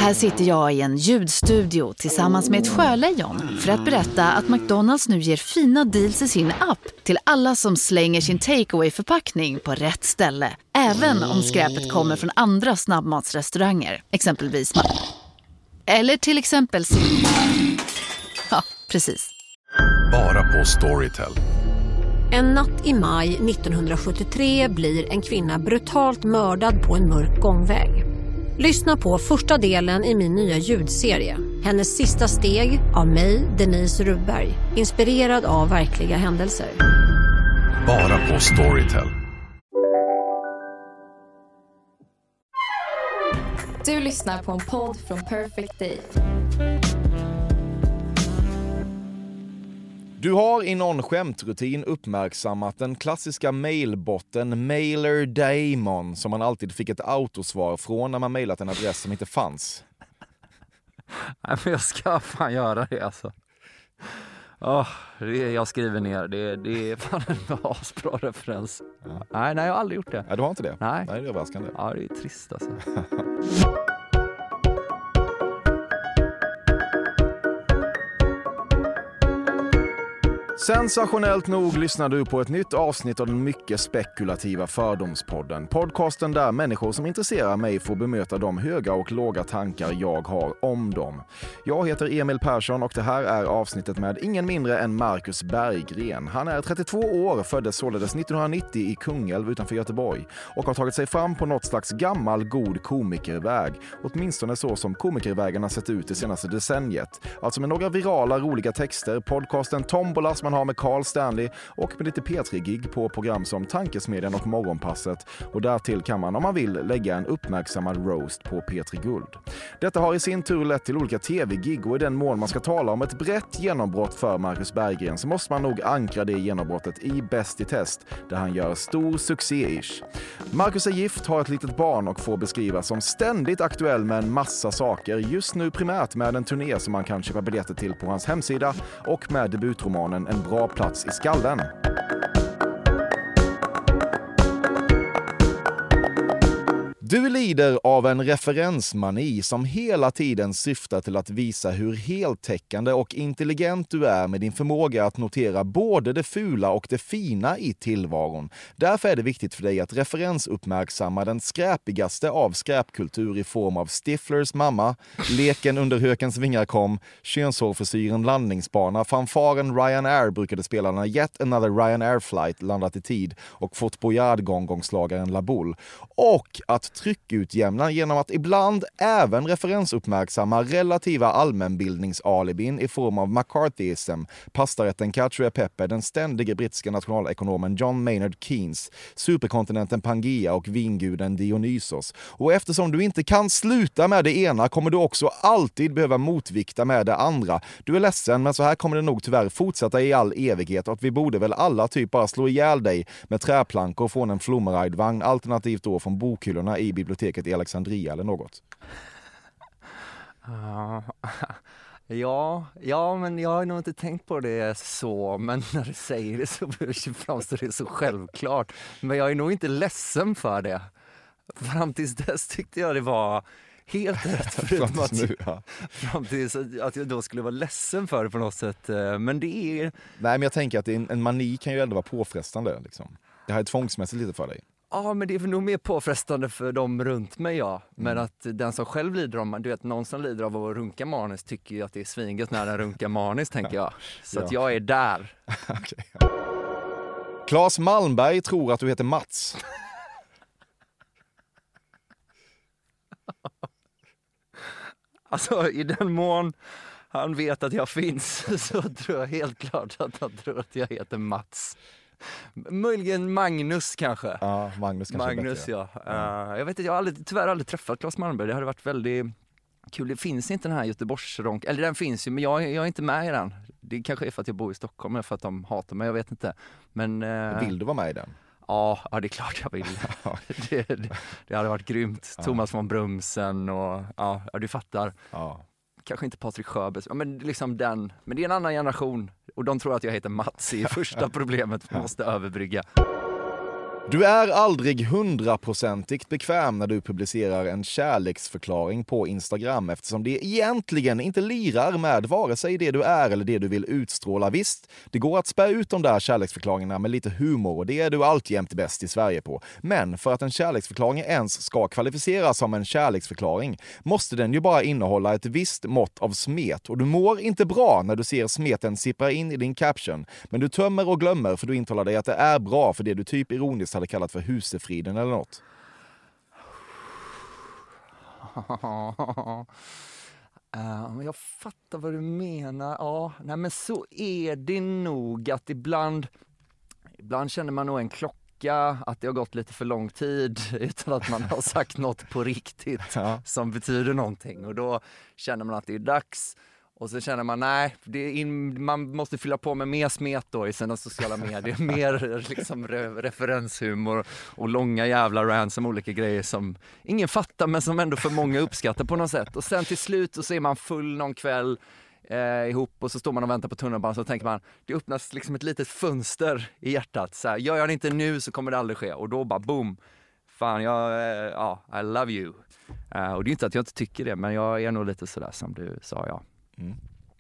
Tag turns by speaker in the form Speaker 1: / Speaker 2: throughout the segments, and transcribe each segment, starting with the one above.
Speaker 1: Här sitter jag i en ljudstudio tillsammans med ett sjölejon för att berätta att McDonald's nu ger fina deals i sin app till alla som slänger sin takeaway-förpackning på rätt ställe. Även om skräpet kommer från andra snabbmatsrestauranger, exempelvis eller till exempel ja, precis.
Speaker 2: Bara på Storytel.
Speaker 3: En natt i maj 1973 blir en kvinna brutalt mördad på en mörk gångväg. Lyssna på första delen i min nya ljudserie. Hennes sista steg av mig, Denise Rubberg. Inspirerad av verkliga händelser.
Speaker 2: Bara på Storytel.
Speaker 4: Du lyssnar på en podd från Perfect Day.
Speaker 5: Du har i någon skämtrutin uppmärksammat den klassiska mailbotten Mailer Daemon som man alltid fick ett autosvar från när man mailat en adress som inte fanns.
Speaker 6: Nej, men jag ska fan göra det alltså. Jag skriver ner. Det är fan en asbra referens. Ja. Nej, jag har aldrig gjort det.
Speaker 5: Ja, du har inte det?
Speaker 6: Nej.
Speaker 5: Det är överraskande.
Speaker 6: Ja, det är trist alltså.
Speaker 5: Sensationellt nog lyssnar du på ett nytt avsnitt av den mycket spekulativa Fördomspodden. Podcasten där människor som intresserar mig får bemöta de höga och låga tankar jag har om dem. Jag heter Emil Persson och det här är avsnittet med ingen mindre än Marcus Berggren. Han är 32 år, föddes således 1990 i Kungälv utanför Göteborg och har tagit sig fram på något slags gammal god komikerväg. Åtminstone så som komikervägen har sett ut det senaste decenniet. Alltså med några virala roliga texter, podcasten Tombola som man har med Carl Stanley och med lite P3-gig på program som Tankesmedjan och Morgonpasset, och därtill kan man om man vill lägga en uppmärksammad roast på P3 Guld. Detta har i sin tur lett till olika tv-gig, och i den mån man ska tala om ett brett genombrott för Marcus Berggren så måste man nog ankra det genombrottet i Bäst i test där han gör stor succé-ish. Marcus är gift, har ett litet barn och får beskrivas som ständigt aktuell med en massa saker, just nu primärt med en turné som man kan köpa biljetter till på hans hemsida och med debutromanen En bra plats i skallen. Du lider av en referensmani som hela tiden syftar till att visa hur heltäckande och intelligent du är med din förmåga att notera både det fula och det fina i tillvaron. Därför är det viktigt för dig att referensuppmärksamma den skräpigaste av skräpkultur i form av Stiflers mamma, leken under hökens vingar kom, könshårfrisyren landningsbana, fanfaren Ryanair brukade spela när Yet Another Ryanair Flight landat i tid och Fort Boyard-gångslagaren La Boule. Och att tryckutjämna genom att ibland även referensuppmärksamma relativa allmänbildningsalibin i form av McCarthyism, pastarätten Cacio e Pepe, den ständige brittiska nationalekonomen John Maynard Keynes, superkontinenten Pangea och vinguden Dionysos. Och eftersom du inte kan sluta med det ena kommer du också alltid behöva motvikta med det andra. Du är ledsen, men så här kommer det nog tyvärr fortsätta i all evighet, och vi borde väl alla typ bara slå ihjäl dig med träplankor från en Flummeride-vagn, alternativt då från bokhyllorna i biblioteket i Alexandria eller något.
Speaker 6: Ja, men jag har nog inte tänkt på det så, men när du säger det så framstår det så självklart. Men jag är nog inte ledsen för det. Fram tills dess tyckte jag det var helt rätt, fram tills att jag då skulle vara ledsen för det på något sätt. Men det är... Nej,
Speaker 5: men jag tänker att en mani kan ju ändå vara påfrestande. Liksom. Det här är tvångsmässigt lite för dig.
Speaker 6: Ja, men det är nog mer påfrestande för dem runt mig, ja. Men att den som själv lider om, du vet, någon som lider av att runka manis tycker ju att det är svinget när den runkar manis, tänker jag. Så att jag är där.
Speaker 5: Okay. Claes Malmberg tror att du heter Mats.
Speaker 6: Alltså, i den mån han vet att jag finns så tror jag helt klart att han tror att jag heter Mats. Möjligen Magnus kanske.
Speaker 5: Ja, Magnus kanske
Speaker 6: bättre, ja. Jag vet inte, jag har tyvärr aldrig träffat Claes Malmberg. Det hade varit väldigt kul. Det finns inte den här Göteborgsronk. Eller den finns ju, men jag är inte med i den. Det kanske är för att jag bor i Stockholm eller för att de hatar mig, jag vet inte. Men
Speaker 5: vill du vara med i den?
Speaker 6: Ja, det är klart jag vill. Det hade varit grymt. Thomas von Brumsen och ja, du fattar.
Speaker 5: Ja.
Speaker 6: Kanske inte Patrik Sjöberg, men liksom den. Men det är en annan generation och de tror att jag heter Mats i första problemet vi måste överbrygga.
Speaker 5: Du är aldrig 100% bekväm när du publicerar en kärleksförklaring på Instagram eftersom det egentligen inte lirar med vare sig det du är eller det du vill utstråla. Visst, det går att spä ut de där kärleksförklaringarna med lite humor och det är du alltjämt bäst i Sverige på. Men för att en kärleksförklaring ens ska kvalificeras som en kärleksförklaring måste den ju bara innehålla ett visst mått av smet och du mår inte bra när du ser smeten sippra in i din caption. Men du tömmer och glömmer för du intalar dig att det är bra för det du typ ironiskt hade kallat för husefriden eller något.
Speaker 6: Jag fattar vad du menar. Ja, nej men så är det nog att ibland känner man nog en klocka att det har gått lite för lång tid utan att man har sagt något på riktigt som betyder någonting och då känner man att det är dags. Och så känner man, nej, man måste fylla på med mer smet då i sina sociala medier. Mer liksom referenshumor och långa jävla rants om olika grejer som ingen fattar men som ändå för många uppskattar på något sätt. Och sen till slut så är man full någon kväll ihop och så står man och väntar på tunnelbanan så tänker man, det öppnas liksom ett litet fönster i hjärtat. Så här, gör jag det inte nu så kommer det aldrig ske. Och då bara boom, fan I love you. Och det är inte att jag inte tycker det men jag är nog lite sådär som du sa, ja. Mm.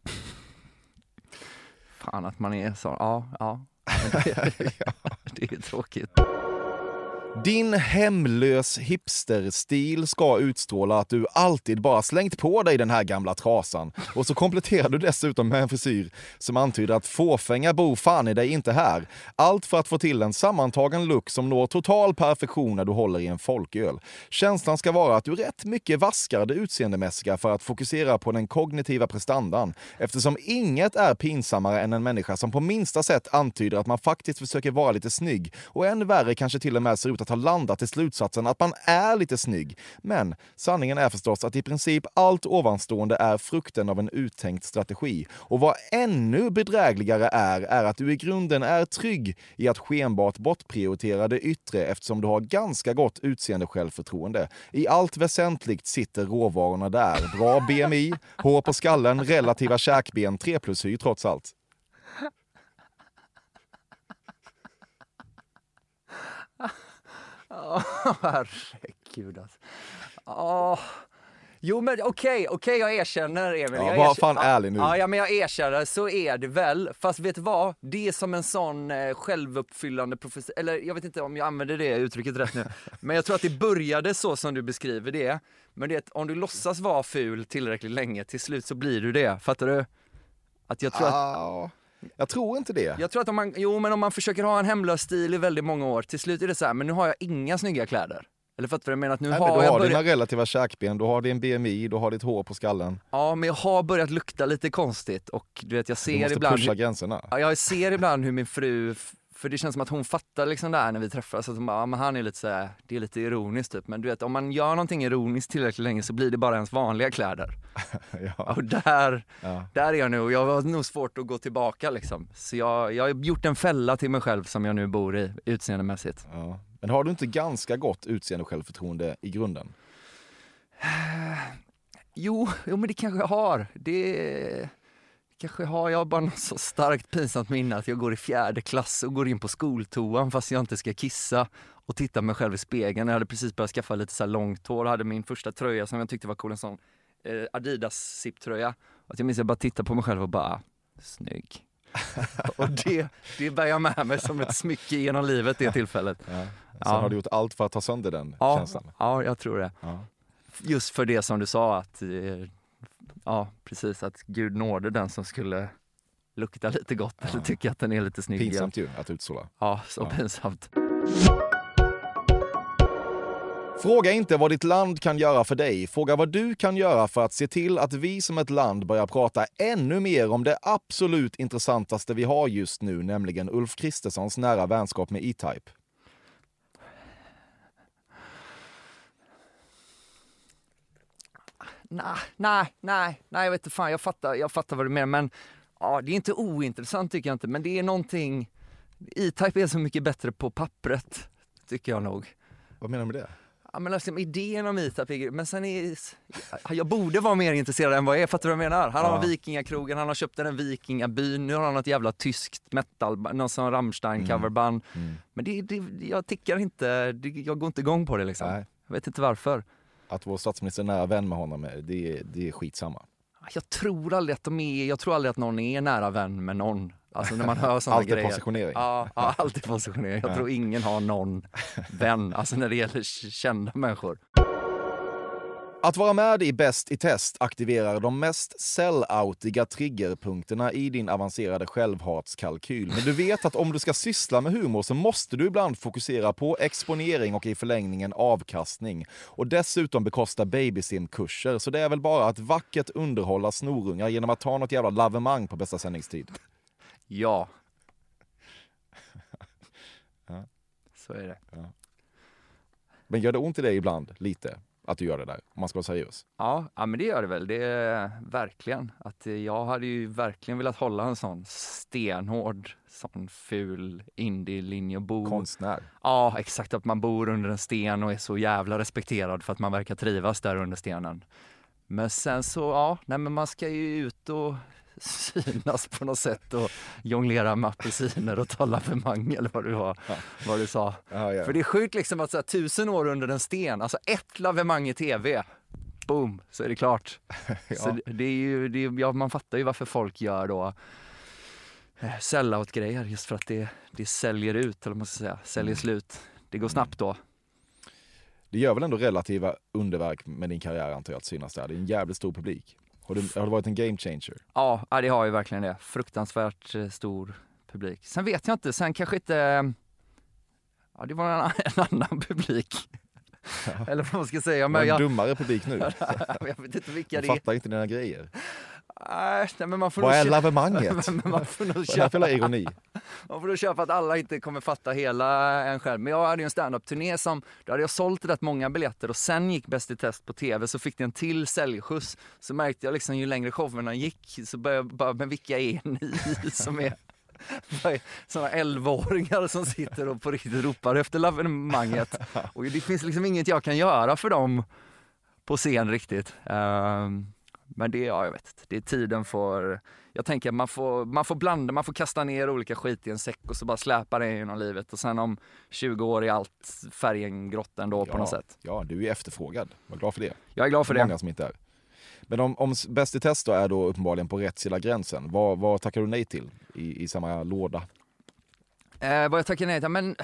Speaker 6: Fan att man är så, ja. Det är tråkigt.
Speaker 5: Din hemlös hipsterstil ska utstråla att du alltid bara slängt på dig den här gamla trasan. Och så kompletterar du dessutom med en frisyr som antyder att fåfänga bor fan i dig inte här. Allt för att få till en sammantagen look som når total perfektion när du håller i en folköl. Känslan ska vara att du rätt mycket vaskar det utseendemässiga för att fokusera på den kognitiva prestandan. Eftersom inget är pinsammare än en människa som på minsta sätt antyder att man faktiskt försöker vara lite snygg. Och än värre kanske till och med ser ut att ha landat i slutsatsen att man är lite snygg. Men sanningen är förstås att i princip allt ovanstående är frukten av en uttänkt strategi. Och vad ännu bedrägligare är att du i grunden är trygg i att skenbart bortprioritera det yttre eftersom du har ganska gott utseende självförtroende. I allt väsentligt sitter råvarorna där. Bra BMI, hår på skallen, relativa käkben, 3+hy trots allt.
Speaker 6: Herregud alltså. Jo men okej, jag erkänner Emil.
Speaker 5: Var fan ärlig nu.
Speaker 6: Ja men jag erkänner, så är det väl. Fast vet du vad? Det är som en sån självuppfyllande professor. Eller jag vet inte om jag använder det uttrycket rätt nu. Men jag tror att det började så som du beskriver det. Men det är att om du låtsas vara ful tillräckligt länge, till slut så blir du det. Fattar du? Att jag tror att...
Speaker 5: Jag tror inte det.
Speaker 6: Jag tror att om man försöker ha en hemlös stil i väldigt många år, till slut är det så här, men nu har jag inga snygga kläder. Eller fattar du vad jag menar? Att nu
Speaker 5: du har dina relativa käkben, du har din BMI, du har ditt hår på skallen.
Speaker 6: Ja, men jag har börjat lukta lite konstigt och du vet, jag ser
Speaker 5: måste
Speaker 6: ibland
Speaker 5: pusha gränserna.
Speaker 6: Ja, jag ser ibland hur min fru, för det känns som att hon fattar liksom där när vi träffas att hon bara, men han är lite så här, det är lite ironiskt typ, men du vet, om man gör någonting ironiskt tillräckligt länge så blir det bara ens vanliga kläder. Ja. Och där är jag nu och jag har nog svårt att gå tillbaka liksom. Så jag har gjort en fälla till mig själv som jag nu bor i utseendemässigt.
Speaker 5: Ja. Men har du inte ganska gott utseende och självförtroende i grunden?
Speaker 6: Jo, men det kanske jag har. Det kanske har jag bara något så starkt pinsamt minne att jag går i 4:e klass och går in på skoltoan fast jag inte ska kissa och tittar mig själv i spegeln. Jag hade precis börjat skaffa lite så här långt hår och hade min första tröja som jag tyckte var cool, en sån Adidas zip-tröja. Och jag minns att jag bara tittade på mig själv och bara, snygg. Och det bär jag med mig som ett smycke genom livet det tillfället.
Speaker 5: Sen har du gjort allt för att ta sönder den känslan.
Speaker 6: Ja, jag tror det. Ja. Just för det som du sa att precis, att Gud nådde den som skulle lukta lite gott eller tycka att den är lite snygg.
Speaker 5: Pinsamt ju att utstråla.
Speaker 6: Ja, så pinsamt.
Speaker 5: Fråga inte vad ditt land kan göra för dig. Fråga vad du kan göra för att se till att vi som ett land börjar prata ännu mer om det absolut intressantaste vi har just nu, nämligen Ulf Kristerssons nära vänskap med E-Type. Nej, jag vet inte fan, jag fattar vad du menar, men det är inte ointressant tycker jag inte, men det är någonting, E-Type är så mycket bättre på pappret, tycker jag nog. Vad menar du med det?
Speaker 6: Ja, men liksom, idén om Meetup men sen jag borde vara mer intresserad än vad jag är, fattar du vad jag menar? Han har vikingakrogen, han har köpt en vikingabyn, nu har han något jävla tyskt metal, någon sån Rammstein coverband. Men jag tickar inte, jag går inte igång på det liksom.
Speaker 5: Nej.
Speaker 6: Jag vet inte varför.
Speaker 5: Att vår statsminister är nära vän med honom, det är skitsamma.
Speaker 6: Jag tror aldrig att någon är nära vän med någon. Alltså när man hör sådana grejer.
Speaker 5: Positionering.
Speaker 6: Ja, alltid positionering. Jag tror ingen har någon vän, alltså när det gäller kända människor.
Speaker 5: Att vara med i Bäst i test aktiverar de mest sell-outiga triggerpunkterna i din avancerade självhatskalkyl. Men du vet att om du ska syssla med humor så måste du ibland fokusera på exponering och i förlängningen avkastning. Och dessutom bekosta babysim-kurser. Så det är väl bara att vackert underhålla snorungar genom att ta något jävla lavemang på bästa sändningstid.
Speaker 6: Ja. Så är det.
Speaker 5: Ja. Men gör det ont i dig ibland, lite? Att du gör det där, om man ska vara seriös.
Speaker 6: Ja, men det gör det väl. Det är verkligen. Att jag hade ju verkligen velat hålla en sån stenhård, sån ful indie-linje och bo.
Speaker 5: Konstnär.
Speaker 6: Ja, exakt. Att man bor under en sten och är så jävla respekterad för att man verkar trivas där under stenen. Men sen så, men man ska ju ut och synas på något sätt och jonglera med apelsiner och ta lavemang eller vad du sa.
Speaker 5: Ja.
Speaker 6: För det är sjukt liksom att så här, 1000 år under en sten, alltså ett lavemang i tv, boom, så är det klart.
Speaker 5: Ja.
Speaker 6: Så det är ju, man fattar ju varför folk gör då sell-out-grejer, just för att det säljer ut, eller man ska säga, säljer slut. Det går snabbt då.
Speaker 5: Det gör väl ändå relativa underverk med din karriär, antar jag, att synas där. Det är en jävligt stor publik. Har du varit en game changer?
Speaker 6: Ja, det har ju verkligen det. Fruktansvärt stor publik. Sen vet jag inte, sen kanske inte... Ja, det var en annan publik. Ja. Eller vad man ska säga. Men
Speaker 5: en dummare publik nu.
Speaker 6: Jag vet inte vilka det är.
Speaker 5: Jag fattar inte dina grejer.
Speaker 6: Nej, men man får
Speaker 5: vad är lavemanget?
Speaker 6: Man får nog köpa
Speaker 5: ironi.
Speaker 6: Man får nog köpa att alla inte kommer fatta hela en själv. Men jag hade ju en stand-up-turné då hade jag sålt rätt många biljetter och sen gick Bäst i test på tv, så fick det en till säljskjuts. Så märkte jag liksom ju längre showerna gick så började jag bara, men vilka är ni som är sådana 11-åringar som sitter och på riktigt ropar efter lavemanget. Och det finns liksom inget jag kan göra för dem på scen riktigt. Men jag vet inte. Det är tiden för... Jag tänker att man får blanda, man får kasta ner olika skit i en säck och så bara släpa det genom livet. Och sen om 20 år är allt färgen grått ändå på något sätt. Ja,
Speaker 5: du är efterfrågad. Var glad för det.
Speaker 6: Jag är glad för det.
Speaker 5: Många som inte är. Men om Bäst i test då är då uppenbarligen på rätt sida gränsen. Vad tackar du nej till i samma låda?
Speaker 6: Vad jag tackar nej till? Men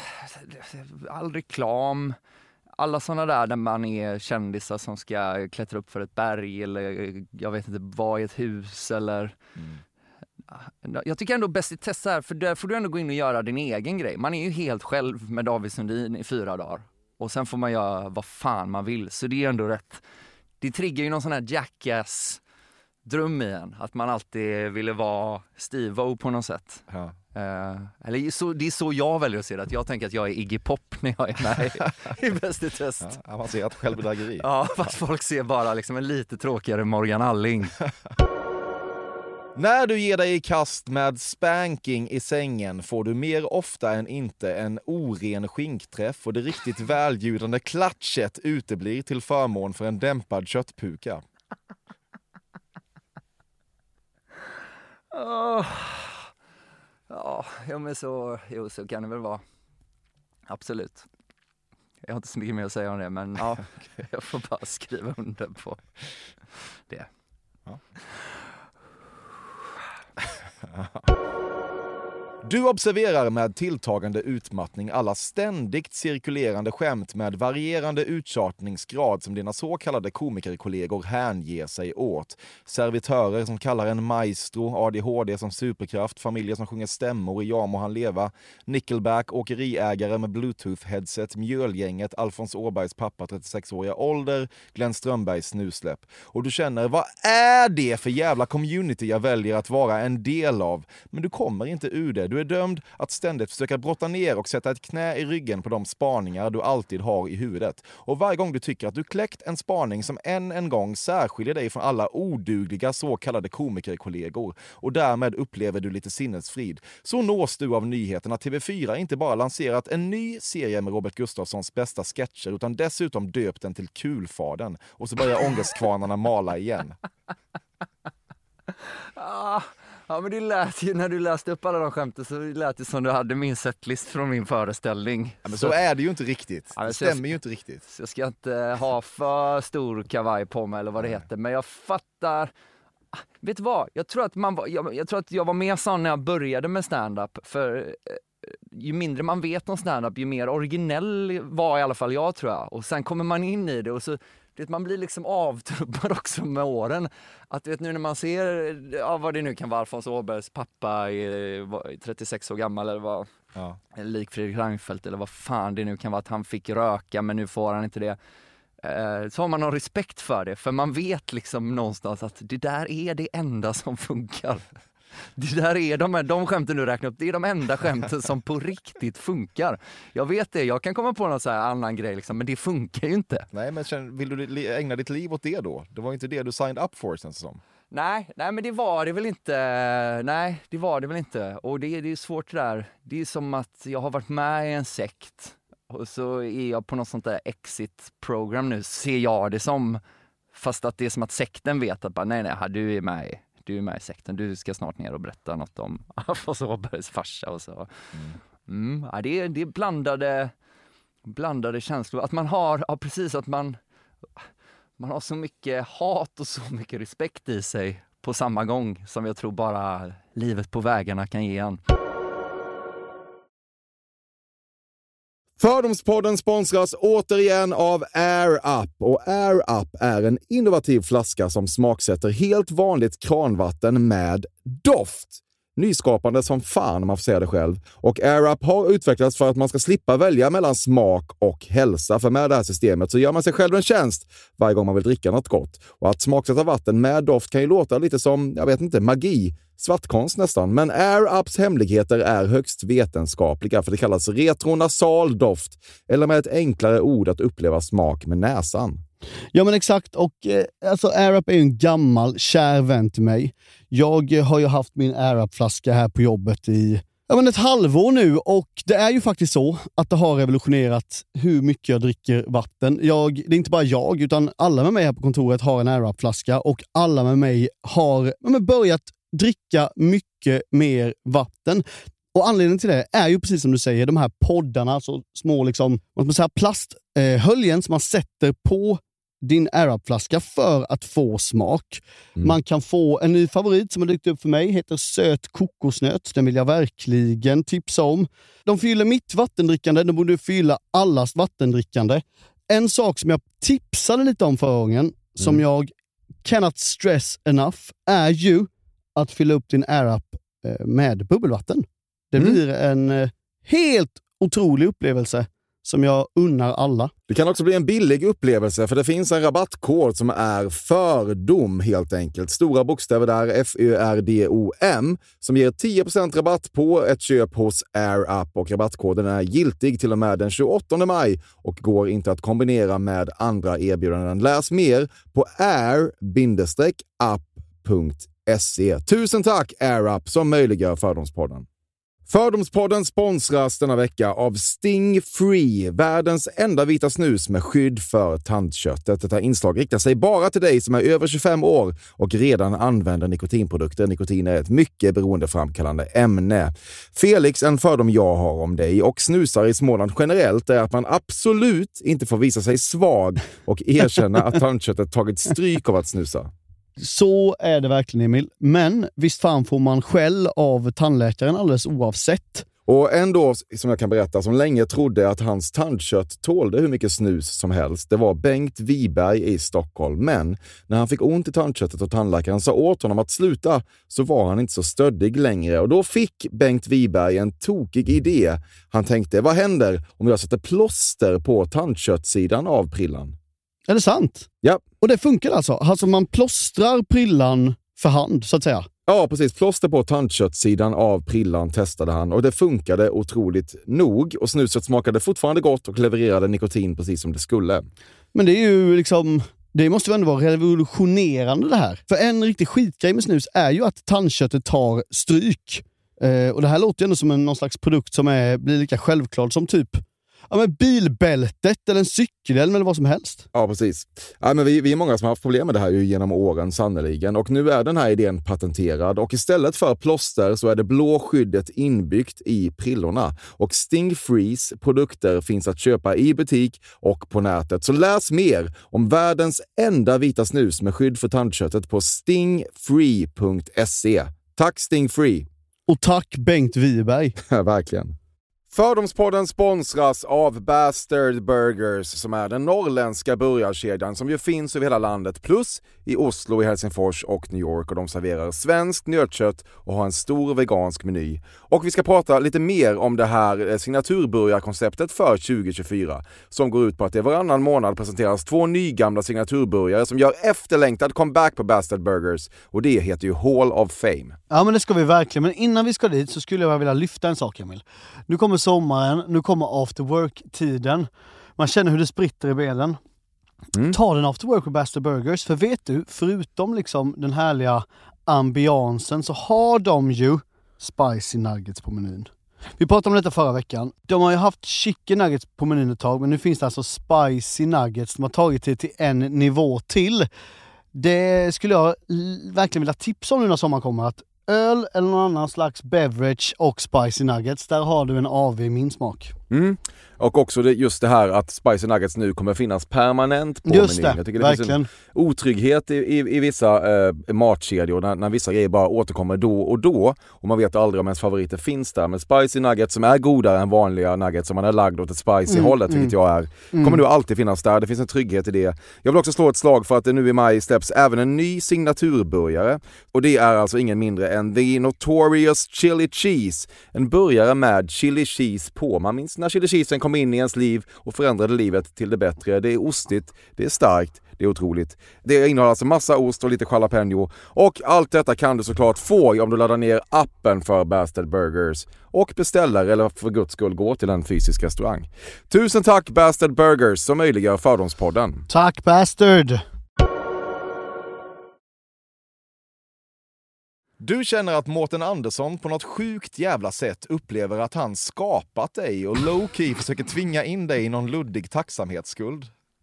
Speaker 6: all reklam... Alla sådana där man är kändisar som ska klättra upp för ett berg eller jag vet inte, vara i ett hus eller... Jag tycker ändå Bäst i test här, för där får du ändå gå in och göra din egen grej. Man är ju helt själv med David Sundin i 4 dagar. Och sen får man göra vad fan man vill. Så det är ändå rätt... Det triggar ju någon sån här Jackass-dröm i en. Att man alltid ville vara Steve-O på något sätt.
Speaker 5: Ja.
Speaker 6: Eller det är så jag väljer att se det. Att jag tänker att jag är Iggy Pop när jag är med i Bäst i test.
Speaker 5: Ja, avancerat självbedrägeri.
Speaker 6: Ja, fast folk ser bara liksom en lite tråkigare Morgan Alling.
Speaker 5: När du ger dig i kast med spanking i sängen får du mer ofta än inte en oren skinkträff och det riktigt väljudande klatschet uteblir till förmån för en dämpad köttpuka.
Speaker 6: Men så kan det väl vara. Absolut. Jag har inte så mycket mer att säga om det, men jag får bara skriva under på det.
Speaker 5: Ja. Du observerar med tilltagande utmattning alla ständigt cirkulerande skämt med varierande uttjatningsgrad som dina så kallade komikerkollegor hänger sig åt. Servitörer som kallar en maestro, ADHD som superkraft, familjer som sjunger stämmor i Ja må han leva, Nickelback, åkeriägare med Bluetooth-headset, Mjölgänget, Alfons Åbergs pappa 36-åriga ålder, Glenn Strömbergs snusläpp. Och du känner, vad är det för jävla community jag väljer att vara en del av? Men du kommer inte ur det. Du Du är dömd att ständigt försöka brotta ner och sätta ett knä i ryggen på de spaningar du alltid har i huvudet. Och varje gång du tycker att du kläckt en spaning som en gång särskiljer dig från alla odugliga så kallade komikerkollegor och därmed upplever du lite sinnesfrid, så nås du av nyheten att TV4 inte bara lanserat en ny serie med Robert Gustafssons bästa sketcher utan dessutom döpt den till Kulfaden. Och så börjar ångestkvarnarna mala igen.
Speaker 6: Ja, men det lät ju, när du läste upp alla de skämten så lät det som du hade min setlist från min föreställning.
Speaker 5: Ja, men så är det ju inte riktigt. Det stämmer ju inte riktigt.
Speaker 6: Så jag ska inte ha för stor kavaj på mig eller vad det heter. Men jag fattar. Vet du vad? Jag tror att jag var mer sån när jag började med stand-up. För ju mindre man vet om stand-up, ju mer originell var i alla fall jag, tror jag. Och sen kommer man in i det och så man blir liksom avtrubbad också med åren. Att vet nu när man ser vad det nu kan vara, Alfons Åbergs pappa är 36 år gammal eller vad, eller lik Fredrik Reinfeldt eller vad fan det nu kan vara, att han fick röka men nu får han inte det. Så har man någon respekt för det, för man vet liksom någonstans att det där är det enda som funkar. Det där är de skämten du räknar upp, det är de enda skämten som på riktigt funkar. Jag vet det, jag kan komma på någon så här annan grej liksom, men det funkar ju inte.
Speaker 5: Nej, men vill du ägna ditt liv åt det då? Det var inte det du signed up for, känns det som.
Speaker 6: Nej, men det var det väl inte. Nej, det var det väl inte. Och det är svårt det där. Det är som att jag har varit med i en sekt och så är jag på något sånt där exit-program nu, ser jag det som. Fast att det är som att sekten vet att bara, nej, du är med i sekten. Du ska snart ner och berätta något om Alfons Åbergs farsa och så. Ja, det är blandade känslor. Att man har, precis, att man har så mycket hat och så mycket respekt i sig på samma gång som jag tror bara livet på vägarna kan ge en.
Speaker 5: Fördomspodden sponsras återigen av Air Up. Och Air Up är en innovativ flaska som smaksätter helt vanligt kranvatten med doft. Nyskapande som fan om man får säga det själv. Och Air Up har utvecklats för att man ska slippa välja mellan smak och hälsa. För med det här systemet så gör man sig själv en tjänst varje gång man vill dricka något gott. Och att smaksätta vatten med doft kan ju låta lite som, jag vet inte, magi. Svartkonst nästan. Men Air Ups hemligheter är högst vetenskapliga, för det kallas retronasal doft. Eller med ett enklare ord att uppleva smak med näsan.
Speaker 7: Ja, men exakt. Och alltså Air Up är ju en gammal kär vän till mig. Jag har ju haft min Air Up-flaska här på jobbet i ett halvår nu, och det är ju faktiskt så att det har revolutionerat hur mycket jag dricker vatten. Det är inte bara jag, utan alla med mig här på kontoret har en Air Up-flaska, och alla med mig har börjat dricka mycket mer vatten. Och anledningen till det är ju precis som du säger, de här poddarna, alltså små liksom, vad man säger, plasthöljen som man sätter på din Air Up-flaska för att få smak. Man kan få en ny favorit som har dykt upp för mig, heter söt kokosnöt. Den vill jag verkligen tipsa om. De fyller mitt vattendrickande, de borde fylla allas vattendrickande. En sak som jag tipsade lite om förra gången, som jag cannot stress enough, är ju att fylla upp din Air Up med bubbelvatten. Det blir en helt otrolig upplevelse som jag unnar alla.
Speaker 5: Det kan också bli en billig upplevelse, för det finns en rabattkod som är fördom helt enkelt. Stora bokstäver där, FÖRDOM, som ger 10% rabatt på ett köp hos Air Up, och rabattkoden är giltig till och med den 28 maj och går inte att kombinera med andra erbjudanden. Läs mer på air-up.se. Tusen tack Air Up som möjliggör Fördomspodden. Fördomspodden sponsras denna vecka av Sting Free, världens enda vita snus med skydd för tandköttet. Detta inslag riktar sig bara till dig som är över 25 år och redan använder nikotinprodukter. Nikotin är ett mycket beroendeframkallande ämne. Felix, en fördom jag har om dig och snusare i Småland generellt är att man absolut inte får visa sig svag och erkänna att tandköttet tagit stryk av att snusa.
Speaker 7: Så är det verkligen, Emil. Men visst fan får man skäll av tandläkaren alldeles oavsett.
Speaker 5: Och ändå, som jag kan berätta, som länge trodde att hans tandkött tålde hur mycket snus som helst. Det var Bengt Wiberg i Stockholm. Men när han fick ont i tandköttet och tandläkaren sa åt honom att sluta, så var han inte så stöddig längre. Och då fick Bengt Wiberg en tokig idé. Han tänkte, vad händer om jag sätter plåster på tandköttsidan av prillan?
Speaker 7: Är det sant?
Speaker 5: Ja.
Speaker 7: Och det funkar alltså? Alltså man plåstrar prillan för hand, så att säga?
Speaker 5: Ja, precis. Plåster på tandköttsidan av prillan testade han och det funkade otroligt nog. Och snuset smakade fortfarande gott och levererade nikotin precis som det skulle.
Speaker 7: Men det är ju liksom... Det måste ju ändå vara revolutionerande det här. För en riktig skitgrej med snus är ju att tandköttet tar stryk. Och det här låter ju ändå som någon slags produkt som blir lika självklart som typ bilbältet eller en cykelhjälm eller vad som helst.
Speaker 5: Ja, precis. Ja, men vi är många som har haft problem med det här ju genom åren sannoliken. Och nu är den här idén patenterad. Och istället för plåster så är det blå skyddet inbyggt i prillorna. Och Sting Frees produkter finns att köpa i butik och på nätet. Så läs mer om världens enda vita snus med skydd för tandköttet på stingfree.se. Tack Sting Free!
Speaker 7: Och tack Bengt Wiberg.
Speaker 5: Ja, verkligen. Fördomspodden sponsras av Bastard Burgers som är den norrländska burgarkedjan som ju finns över hela landet plus i Oslo, i Helsingfors och New York och de serverar svenskt nötkött och har en stor vegansk meny. Och vi ska prata lite mer om det här signaturburgarkonceptet för 2024 som går ut på att det varannan månad presenteras 2 nygamla signaturburgare som gör efterlängtad comeback på Bastard Burgers och det heter ju Hall of Fame.
Speaker 7: Ja men det ska vi verkligen, men innan vi ska dit så skulle jag vilja lyfta en sak Emil. Nu kommer sommaren, nu kommer after work-tiden. Man känner hur det spritter i benen. Ta den after work med Bastard Burgers. För vet du, förutom liksom den härliga ambiansen så har de ju spicy nuggets på menyn. Vi pratade om detta förra veckan. De har ju haft chicken nuggets på menyn ett tag, men nu finns det alltså spicy nuggets. De har tagit det till en nivå till. Det skulle jag verkligen vilja tipsa om nu när sommaren kommer, att öl eller någon annan slags beverage och spicy nuggets, där har du en AV i min smak.
Speaker 5: Och också just det här att spicy nuggets nu kommer finnas permanent på menyn. Jag tycker det
Speaker 7: verkligen.
Speaker 5: Finns en otrygghet i vissa matkedjor när vissa grejer bara återkommer då och man vet aldrig om ens favoriter finns där. Men spicy nuggets som är godare än vanliga nuggets som man är lagd åt ett spicy hållet, vilket jag är, kommer nu alltid finnas där. Det finns en trygghet i det. Jag vill också slå ett slag för att det nu i maj släpps även en ny signaturburgare och det är alltså ingen mindre än The Notorious Chili Cheese. En burgare med chili cheese på. Man minns när chili cheesen kom in i ens liv och förändrade livet till det bättre. Det är ostigt, det är starkt, det är otroligt. Det innehåller alltså massa ost och lite jalapeno. Och allt detta kan du såklart få om du laddar ner appen för Bastard Burgers och beställer eller för guds skull gå till en fysisk restaurang. Tusen tack Bastard Burgers som möjliggör Fördomspodden.
Speaker 7: Tack Bastard!
Speaker 5: Du känner att Mårten Andersson på något sjukt jävla sätt upplever att han skapat dig och low-key försöker tvinga in dig i någon luddig tacksamhetsskuld.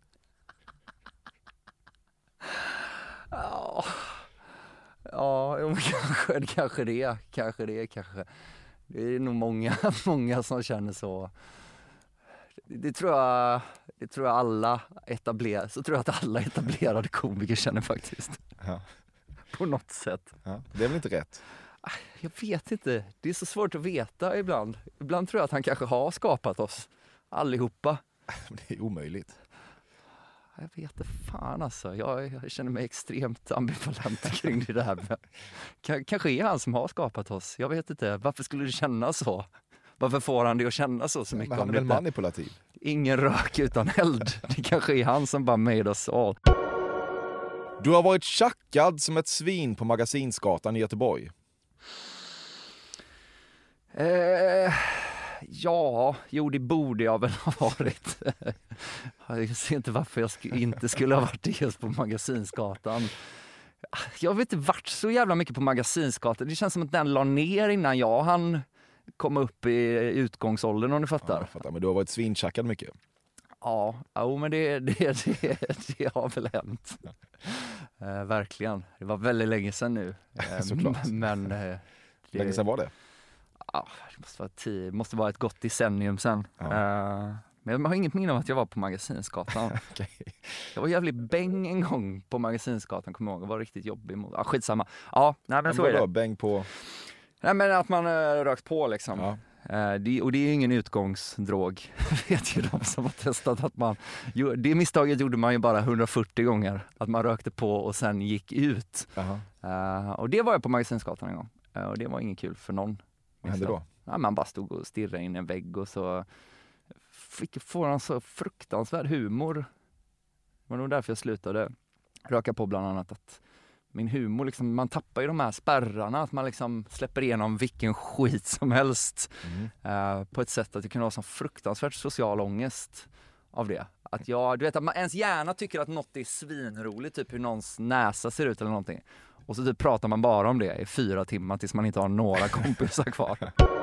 Speaker 6: Ja, kanske det. Det är nog många som känner så. Det tror jag alla etablerade, så tror jag att alla etablerade komiker känner faktiskt.
Speaker 5: Ja.
Speaker 6: På något sätt.
Speaker 5: Ja, det är väl inte rätt?
Speaker 6: Jag vet inte. Det är så svårt att veta ibland. Ibland tror jag att han kanske har skapat oss allihopa.
Speaker 5: Det är omöjligt.
Speaker 6: Jag vet inte fan alltså. Jag känner mig extremt ambivalent kring det där. Kanske är han som har skapat oss. Jag vet inte. Varför skulle det kännas så? Varför får han det att känna så mycket?
Speaker 5: Men han är väl manipulativ?
Speaker 6: Ingen rök utan eld. Det kanske är han som bara made us all.
Speaker 5: Du har varit tjackad som ett svin på Magasinsgatan i Göteborg.
Speaker 6: Det borde jag väl ha varit. Jag ser inte varför jag inte skulle ha varit det just på Magasinsgatan. Jag vet inte varit så jävla mycket på Magasinsgatan. Det känns som att den la ner innan han kom upp i utgångsåldern, om du fattar.
Speaker 5: Ja, jag fattar. Men du har varit svintjackad mycket.
Speaker 6: Ja, men det har väl hänt. Verkligen. Det var väldigt länge sedan nu.
Speaker 5: Såklart.
Speaker 6: Men
Speaker 5: länge sedan var det?
Speaker 6: Ja, det måste vara ett gott decennium sen. Ja. Men jag har inget minne av att jag var på Magasinsgatan.
Speaker 5: Okay.
Speaker 6: Jag var jävligt bäng en gång på Magasinsgatan, kommer jag ihåg. Det var riktigt jobbig. Skitsamma. Ja, nej, men så är det.
Speaker 5: Bäng på?
Speaker 6: Nej, men att man rökt på liksom.
Speaker 5: Ja.
Speaker 6: Och det är ingen utgångsdrog. Vet ju de som har testat att det misstaget gjorde man ju bara 140 gånger. Att man rökte på och sen gick ut. Och det var jag på Magasinsgatan en gång. Och det var inget kul för någon.
Speaker 5: Vad hände då?
Speaker 6: Ja, man bara stod och stirrade in i en vägg och så får han så fruktansvärd humor. Det var nog därför jag slutade röka på, bland annat att min humor, liksom, man tappar ju de här spärrarna, att man liksom släpper igenom vilken skit som helst på ett sätt att det kan vara sån fruktansvärt social ångest av det. Att du vet att man ens hjärna tycker att något är svinroligt, typ hur någons näsa ser ut eller någonting. Och så typ pratar man bara om det i 4 timmar tills man inte har några kompisar kvar.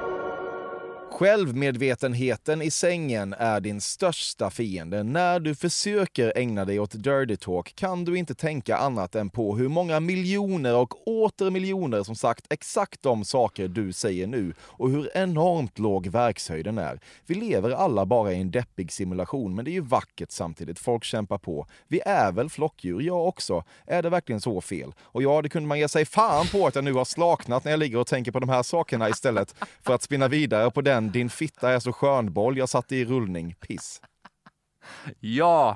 Speaker 5: Självmedvetenheten i sängen är din största fiende. När du försöker ägna dig åt dirty talk kan du inte tänka annat än på hur många miljoner och åter miljoner som sagt exakt de saker du säger nu och hur enormt låg verkshöjden är. Vi lever alla bara i en deppig simulation, men det är ju vackert samtidigt. Folk kämpar på. Vi är väl flockdjur, jag också. Är det verkligen så fel? Och ja, det kunde man ge sig fan på att jag nu har slaknat när jag ligger och tänker på de här sakerna istället för att spinna vidare på den din fitta är så skönboll jag satt i rullning. Piss.
Speaker 6: Ja.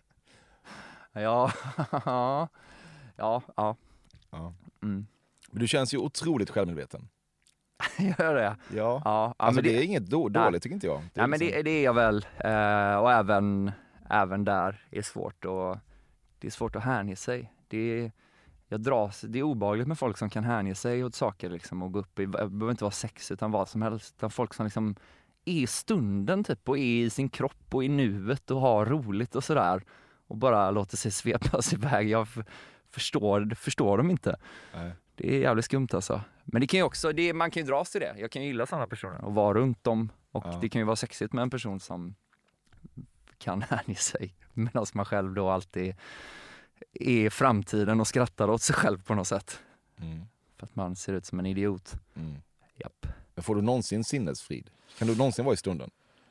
Speaker 5: Men du känns ju otroligt självmedveten.
Speaker 6: Gör det?
Speaker 5: Ja. Alltså det är inget dåligt tycker inte jag.
Speaker 6: Nej, men det är jag väl. Och även där är svårt. Och det är svårt att hänge sig. Det är obehagligt med folk som kan hänge sig åt saker liksom, och gå upp i, det behöver inte vara sex utan vad som helst, utan folk som liksom är i stunden typ och är i sin kropp och i nuet och har roligt och sådär och bara låter sig svepas iväg. Jag förstår dem inte. Nej. Det är jävligt skumt alltså. Men det kan ju också, man kan ju dras till det. Jag kan ju gilla sådana personer och vara runt dem och det kan ju vara sexigt med en person som kan hänge sig medan man själv då alltid i framtiden och skrattar åt sig själv på något sätt. För att man ser ut som en idiot. Japp.
Speaker 5: Men får du någonsin sinnesfrid? Kan du någonsin vara i stunden?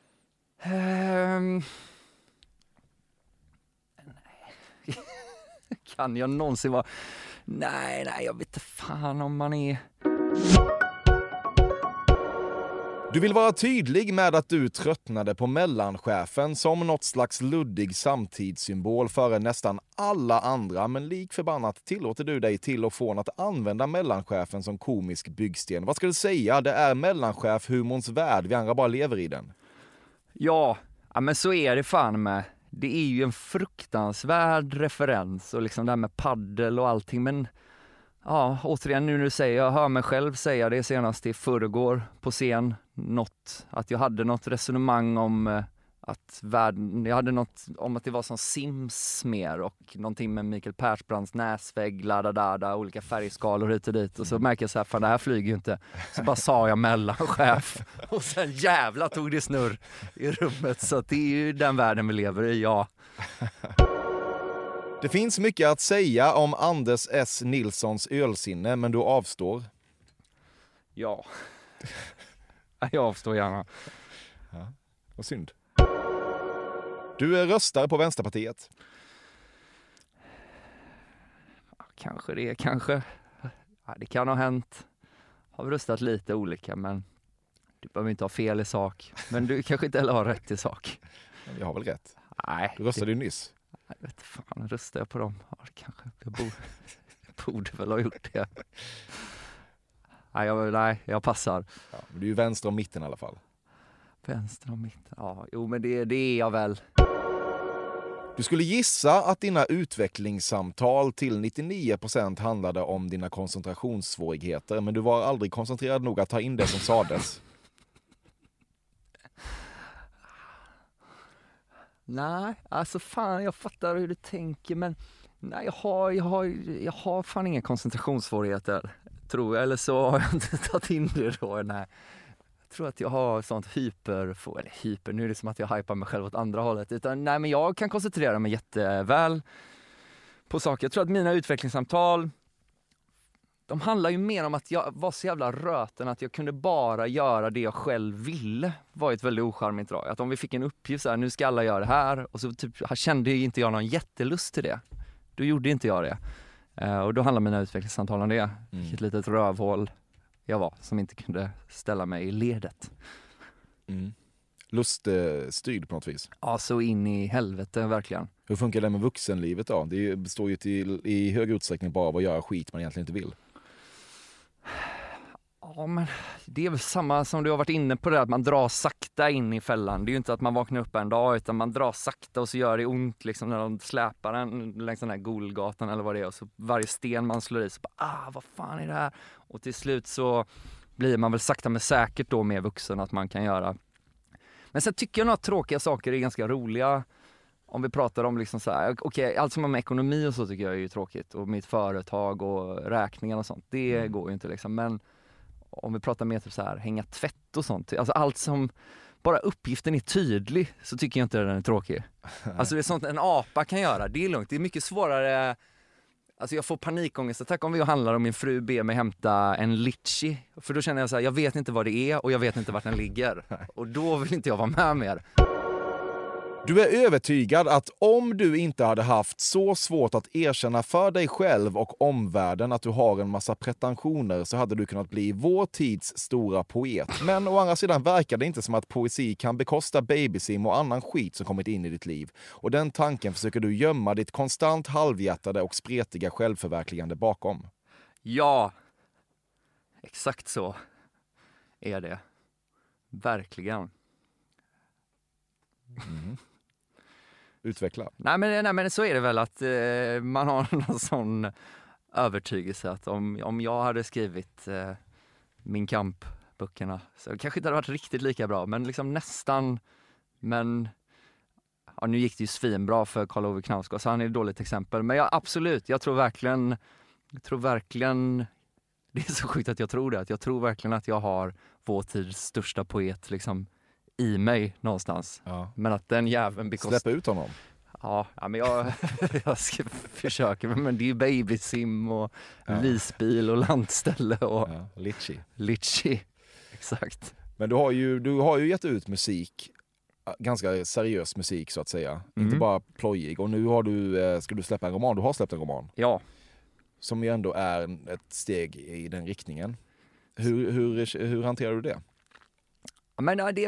Speaker 6: Nej. Kan jag någonsin vara? Nej, jag vet inte fan om man är...
Speaker 5: Du vill vara tydlig med att du tröttnade på mellanchefen som något slags luddig samtidssymbol före nästan alla andra, men lik förbannat tillåter du dig till och från att använda mellanchefen som komisk byggsten. Vad ska du säga? Det är mellanchef-humorns värld, vi andra bara lever i den.
Speaker 6: Ja, men så är det fan med. Det är ju en fruktansvärd referens och liksom det här med paddel och allting, men ja, återigen nu säger jag hör mig själv säga det senast i förrgår på scen, att jag hade något resonemang om att jag hade något om att det var som Sims mer och någonting med Mikael Persbrandts näsvägg, olika färgskalor hit och dit och så märker jag så här, fan det här flyger ju inte, så bara sa jag mellanchef och sen jävla tog det snurr i rummet, så att det är ju den världen vi lever i, ja.
Speaker 5: Det finns mycket att säga om Anders S. Nilssons ölsinne, men du avstår.
Speaker 6: Ja. Jag avstår gärna.
Speaker 5: Ja, vad synd. Du röstar på Vänsterpartiet.
Speaker 6: Kanske. Ja, det kan ha hänt. Har röstat lite olika, men du behöver inte ha fel i sak. Men du kanske inte heller har rätt i sak.
Speaker 5: Jag har väl rätt.
Speaker 6: Nej.
Speaker 5: Du röstade ju nyss.
Speaker 6: Jag vet fan, röstar jag på dem? Ja, kanske. Jag borde väl ha gjort det. Nej, jag passar.
Speaker 5: Ja, men du är ju vänster och mitten i alla fall.
Speaker 6: Vänster och mitten, ja. Jo, men det är jag väl.
Speaker 5: Du skulle gissa att dina utvecklingssamtal till 99% handlade om dina koncentrationssvårigheter, men du var aldrig koncentrerad nog att ta in det som sades.
Speaker 6: Nej, alltså fan, jag fattar hur du tänker, men nej, jag har fan inga koncentrationssvårigheter, tror jag, eller så har jag inte tagit in det då, nej. Jag tror att jag har sånt hyper, nu är det som att jag hypar mig själv åt andra hållet, utan nej, men jag kan koncentrera mig jätteväl på saker. Jag tror att mina utvecklingssamtal, de handlar ju mer om att jag var så jävla röten att jag kunde bara göra det jag själv ville, var ett väldigt ocharmigt drag. Att om vi fick en uppgift så här, nu ska alla göra det här, och så typ, kände ju inte jag någon jättelust till det. Då gjorde inte jag det. Och då handlar mina utvecklingssamtal om det. Vilket litet rövhål jag var som inte kunde ställa mig i ledet.
Speaker 5: Luststyrd på något vis.
Speaker 6: Ja, så in i helvete verkligen.
Speaker 5: Hur funkar det med vuxenlivet då? Det består ju i hög utsträckning bara av att göra skit man egentligen inte vill.
Speaker 6: Ja, men det är väl samma som du har varit inne på det, att man drar sakta in i fällan. Det är ju inte att man vaknar upp en dag, utan man drar sakta och så gör det ont liksom när de släpar en längs den här Golgatan eller vad det är. Och så varje sten man slår i så bara, vad fan är det här? Och till slut så blir man väl sakta men säkert då mer vuxen att man kan göra. Men sen tycker jag nog att tråkiga saker är ganska roliga. Om vi pratar om liksom så här, okej, allt som har med ekonomi och så tycker jag är ju tråkigt. Och mitt företag och räkningar och sånt, det går ju inte liksom. Men om vi pratar mer typ så här, hänga tvätt och sånt. Alltså allt som, bara uppgiften är tydlig, så tycker jag inte den är tråkig. Alltså det är sånt en apa kan göra, det är lugnt. Det är mycket svårare. Alltså jag får panikångestattack om vi handlar och min fru ber mig hämta en litchi. För då känner jag så här, jag vet inte vad det är och jag vet inte vart den ligger. Och då vill inte jag vara med mer.
Speaker 5: Du är övertygad att om du inte hade haft så svårt att erkänna för dig själv och omvärlden att du har en massa pretensioner, så hade du kunnat bli vår tids stora poet. Men å andra sidan verkar det inte som att poesi kan bekosta babysim och annan skit som kommit in i ditt liv. Och den tanken försöker du gömma ditt konstant halvhjärtade och spretiga självförverkligande bakom.
Speaker 6: Ja, exakt så är det. Verkligen.
Speaker 5: Mm. Utveckla.
Speaker 6: Nej men så är det väl att man har någon sån övertygelse att om jag hade skrivit Min kamp-böckerna så kanske inte hade varit riktigt lika bra, men liksom nästan. Men ja, nu gick det ju svinbra för Karl Ove Knausgård, så han är ett dåligt exempel. Men absolut, jag tror verkligen det är så sjukt att jag tror det, att jag tror verkligen att jag har vår tids största poet liksom i mig någonstans. Ja. Men att den jäveln bekostar...
Speaker 5: Släpp ut honom.
Speaker 6: Ja, men jag ska försöka. Men det är ju babysim och lisbil och lantställe och...
Speaker 5: Ja,
Speaker 6: litchi. Exakt.
Speaker 5: Men du har ju gett ut musik, ganska seriös musik så att säga. Inte bara plojig. Och nu ska du släppa en roman. Du har släppt en roman.
Speaker 6: Ja.
Speaker 5: Som ju ändå är ett steg i den riktningen. Hur hanterar du det?
Speaker 6: Men det är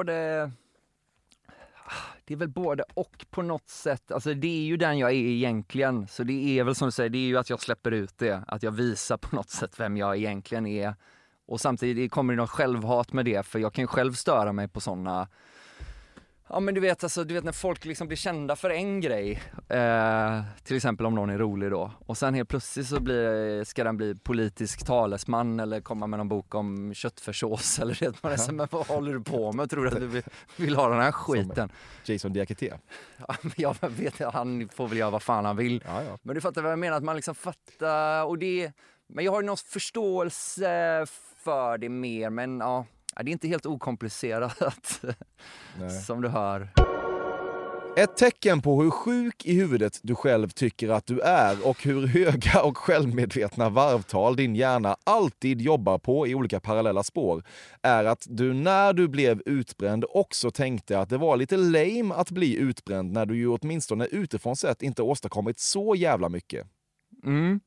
Speaker 6: väl både och på något sätt. Alltså det är ju den jag är egentligen. Så det är väl som du säger, det är ju att jag släpper ut det. Att jag visar på något sätt vem jag egentligen är. Och samtidigt kommer det något självhat med det. För jag kan ju själv störa mig på sådana... Ja men du vet när folk liksom blir kända för en grej. Till exempel om någon är rolig då. Och sen helt plötsligt så ska den bli politisk talesman eller komma med någon bok om köttfärssås eller det. Man är så, men vad håller du på med? Tror du att du vill ha den här skiten?
Speaker 5: Jason Diakité.
Speaker 6: Ja, men jag vet, han får väl göra vad fan han vill.
Speaker 5: Ja.
Speaker 6: Men du fattar vad jag menar, att man liksom fattar. Och men jag har någon förståelse för det mer, men ja. Det är inte helt okomplicerat som du hör.
Speaker 5: Ett tecken på hur sjuk i huvudet du själv tycker att du är och hur höga och självmedvetna varvtal din hjärna alltid jobbar på i olika parallella spår är att du när du blev utbränd också tänkte att det var lite lame att bli utbränd när du ju åtminstone utifrån sett inte åstadkommit så jävla mycket.
Speaker 6: Mm.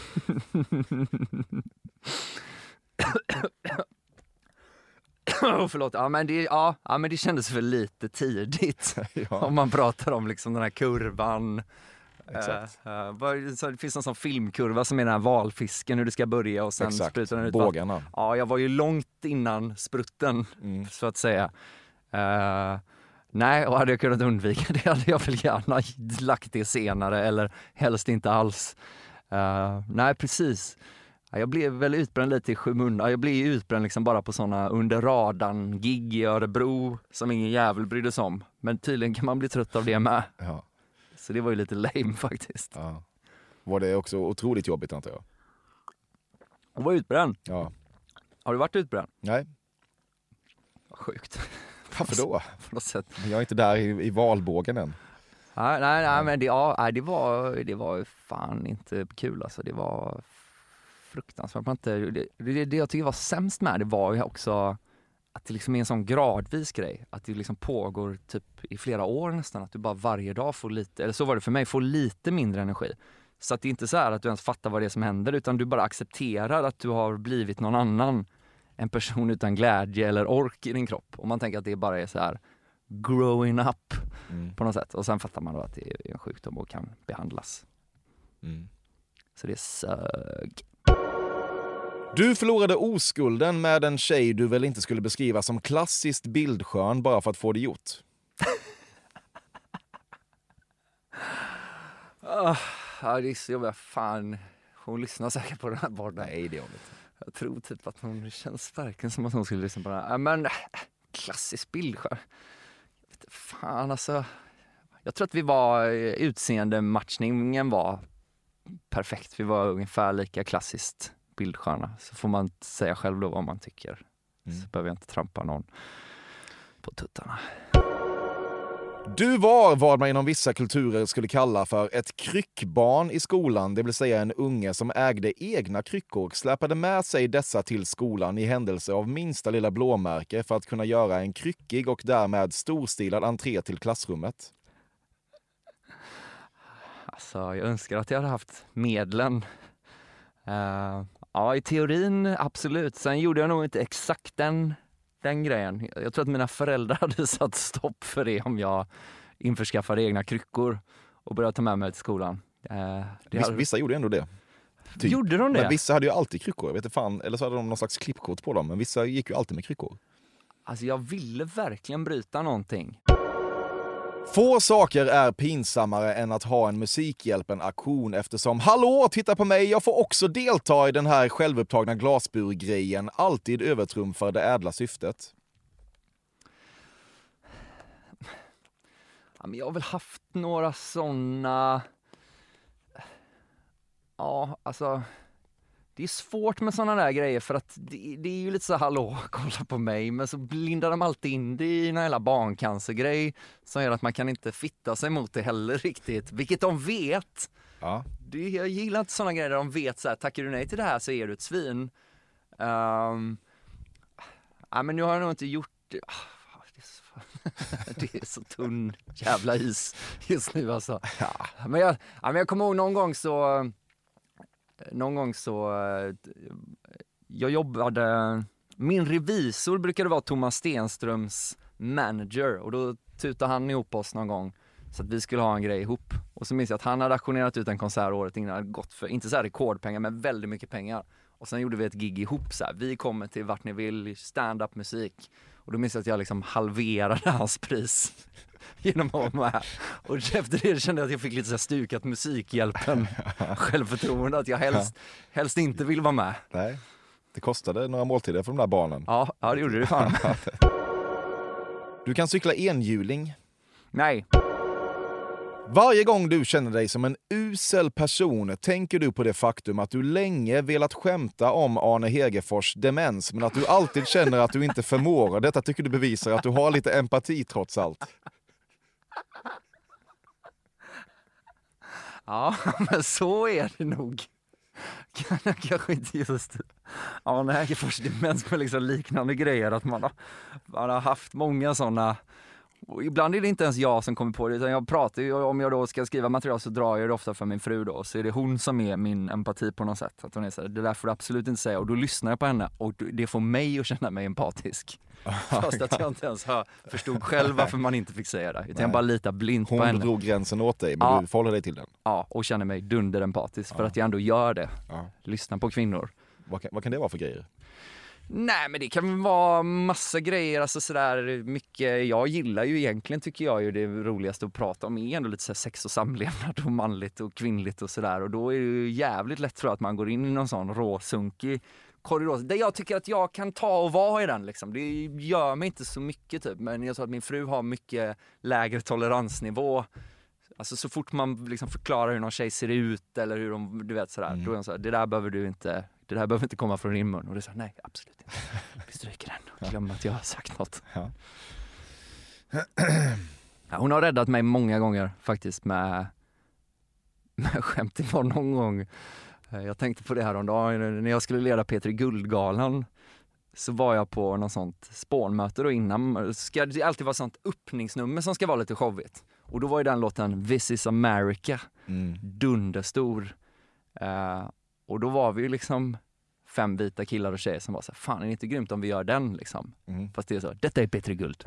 Speaker 6: Förlåt, men det kändes väl lite tidigt. Ja. Om man pratar om liksom den här kurvan.
Speaker 5: Exakt.
Speaker 6: Så det finns en sån filmkurva som är den här valfisken, hur det ska börja och sen sprutar den ut.
Speaker 5: Bågarna.
Speaker 6: Ja, jag var ju långt innan sprutten så att säga. Nej, och hade jag kunnat undvika det hade jag väl gärna lagt det senare eller helst inte alls. Nej, precis. Jag blev väl utbränd lite i skymundan. Jag blev utbränd liksom bara på såna under radarn gig i Örebro som ingen jävel brydde sig om. Men tydligen kan man bli trött av det med.
Speaker 5: Ja.
Speaker 6: Så det var ju lite lame faktiskt.
Speaker 5: Ja. Var det också otroligt jobbigt antar jag?
Speaker 6: Och var utbränd?
Speaker 5: Ja.
Speaker 6: Har du varit utbränd?
Speaker 5: Nej.
Speaker 6: Sjukt.
Speaker 5: Varför då?
Speaker 6: På något sätt.
Speaker 5: Jag är inte där i valbågen än.
Speaker 6: Nej, men det var fan inte kul alltså. Det var fruktansvärt. Det jag tycker var sämst med det var ju också att det liksom är en sån gradvis grej. Att det liksom pågår typ i flera år nästan. Att du bara varje dag får lite, eller så var det för mig, får lite mindre energi. Så att det är inte så här att du ens fattar vad det är som händer, utan du bara accepterar att du har blivit någon annan. En person utan glädje eller ork i din kropp. Och man tänker att det bara är så här growing up på något sätt. Och sen fattar man då att det är en sjukdom och kan behandlas. Så det sög.
Speaker 5: Du förlorade oskulden med en tjej du väl inte skulle beskriva som klassiskt bildskön bara för att få det gjort.
Speaker 6: Ja, det är så jobbigt. Fan, hon lyssnar säkert på den här podden.
Speaker 5: Nej, det är hon inte.
Speaker 6: Jag tror typ att hon känns verkligen som att hon skulle lyssna på den här. Men klassisk bildskärm. Fan alltså. Jag tror att vi var, utseendematchningen var perfekt. Vi var ungefär lika klassiskt bildstjärna. Så får man säga själv då vad man tycker. Så behöver jag inte trampa någon på tuttarna.
Speaker 5: Du var vad man inom vissa kulturer skulle kalla för ett kryckbarn i skolan, det vill säga en unge som ägde egna kryckor, släpade med sig dessa till skolan i händelse av minsta lilla blåmärke för att kunna göra en kryckig och därmed storstilad entré till klassrummet.
Speaker 6: Alltså, jag önskar att jag hade haft medlen. Ja, i teorin absolut. Sen gjorde jag nog inte exakt den grejen. Jag tror att mina föräldrar hade satt stopp för det om jag införskaffade egna kryckor och började ta med mig till skolan.
Speaker 5: Vissa gjorde ändå det. Typ.
Speaker 6: Gjorde de det?
Speaker 5: Men vissa hade ju alltid kryckor, jag vet inte fan, eller så hade de någon slags klippkort på dem, men vissa gick ju alltid med kryckor.
Speaker 6: Alltså jag ville verkligen bryta någonting.
Speaker 5: Få saker är pinsammare än att ha en Musikhjälpen-aktion eftersom hallå, titta på mig, jag får också delta i den här självupptagna glasburgrejen, alltid övertrumfar det ädla syftet.
Speaker 6: Ja, men jag har väl haft några såna. Ja, alltså det är svårt med såna där grejer för att det är ju lite så hallå, kolla på mig, men så blindar de alltid in det i en jävla barncancergrej som gör att man kan inte fitta sig mot det heller riktigt, vilket de vet.
Speaker 5: Ja.
Speaker 6: Jag gillar inte såna grejer där de vet så här, tackar du nej till det här så är du ett svin. Ja, men nu har jag nog inte gjort det. Det är så tunn jävla is just nu alltså. Ja. Men jag kommer ihåg någon gång så jag jobbade, min revisor brukade vara Thomas Stenströms manager och då tutade han ihop oss någon gång så att vi skulle ha en grej ihop. Och så minns jag att han hade auktionerat ut en konsert året innan, hade gått för, inte så här rekordpengar men väldigt mycket pengar. Och sen gjorde vi ett gig ihop så här. Vi kommer till vart ni vill, stand-up musik. Och då minns jag att jag liksom halverade hans pris genom att vara med. Och efter det kände jag att jag fick lite så här stukat Musikhjälpen självförtroende att jag helst inte vill vara med.
Speaker 5: Nej, det kostade några måltider för de där barnen.
Speaker 6: Ja det gjorde det fan.
Speaker 5: Du kan cykla enhjuling.
Speaker 6: Nej.
Speaker 5: Varje gång du känner dig som en usel person tänker du på det faktum att du länge velat skämta om Arne Hegerfors demens men att du alltid känner att du inte förmår. Detta tycker du bevisar att du har lite empati trots allt.
Speaker 6: Ja, men så är det nog. Kanske inte just Arne Hegerfors demens med liksom liknande grejer att man har haft många sådana. Och ibland är det inte ens jag som kommer på det utan jag pratar ju, om jag då ska skriva material så drar jag det ofta för min fru då, så är det hon som är min empati på något sätt, att hon är så här, det där får du absolut inte säga, och då lyssnar jag på henne och det får mig att känna mig empatisk. Fast att jag inte ens förstod själv varför man inte fick säga det, utan jag bara litar blint på henne.
Speaker 5: Hon drog gränsen åt dig, men du förhåller dig till den.
Speaker 6: Ja, och känner mig dunderempatisk för att jag ändå gör det. Lyssna på kvinnor.
Speaker 5: Vad kan det vara för grejer?
Speaker 6: Nej, men det kan vara massa grejer, alltså sådär mycket. Jag gillar ju egentligen, tycker jag ju det roligaste att prata om är ändå lite så här sex och samlevnad och manligt och kvinnligt och sådär, och då är det ju jävligt lätt tror jag att man går in i någon sån råsunkig korridor där jag tycker att jag kan ta och vara i den liksom. Det gör mig inte så mycket typ, men jag tror att min fru har mycket lägre toleransnivå. Alltså så fort man liksom förklarar hur någon tjej ser ut eller hur de, du vet sådär, då är de så här, det där behöver inte komma från din mun. Och det är så här, nej, absolut inte. Vi stryker den och glömmer att jag har sagt något. Ja. Ja, hon har räddat mig många gånger faktiskt med skämt. Det var någon gång, jag tänkte på det här om dagen, när jag skulle leda P3 Guldgalan så var jag på något sånt spånmöte då innan. Ska det alltid vara sånt öppningsnummer som ska vara lite showigt. Och då var ju den låten This is America dunderstor. Och då var vi ju liksom 5 vita killar och tjejer som var så här, fan är det inte grymt om vi gör den liksom. Fast det är så, detta är Petri Guld.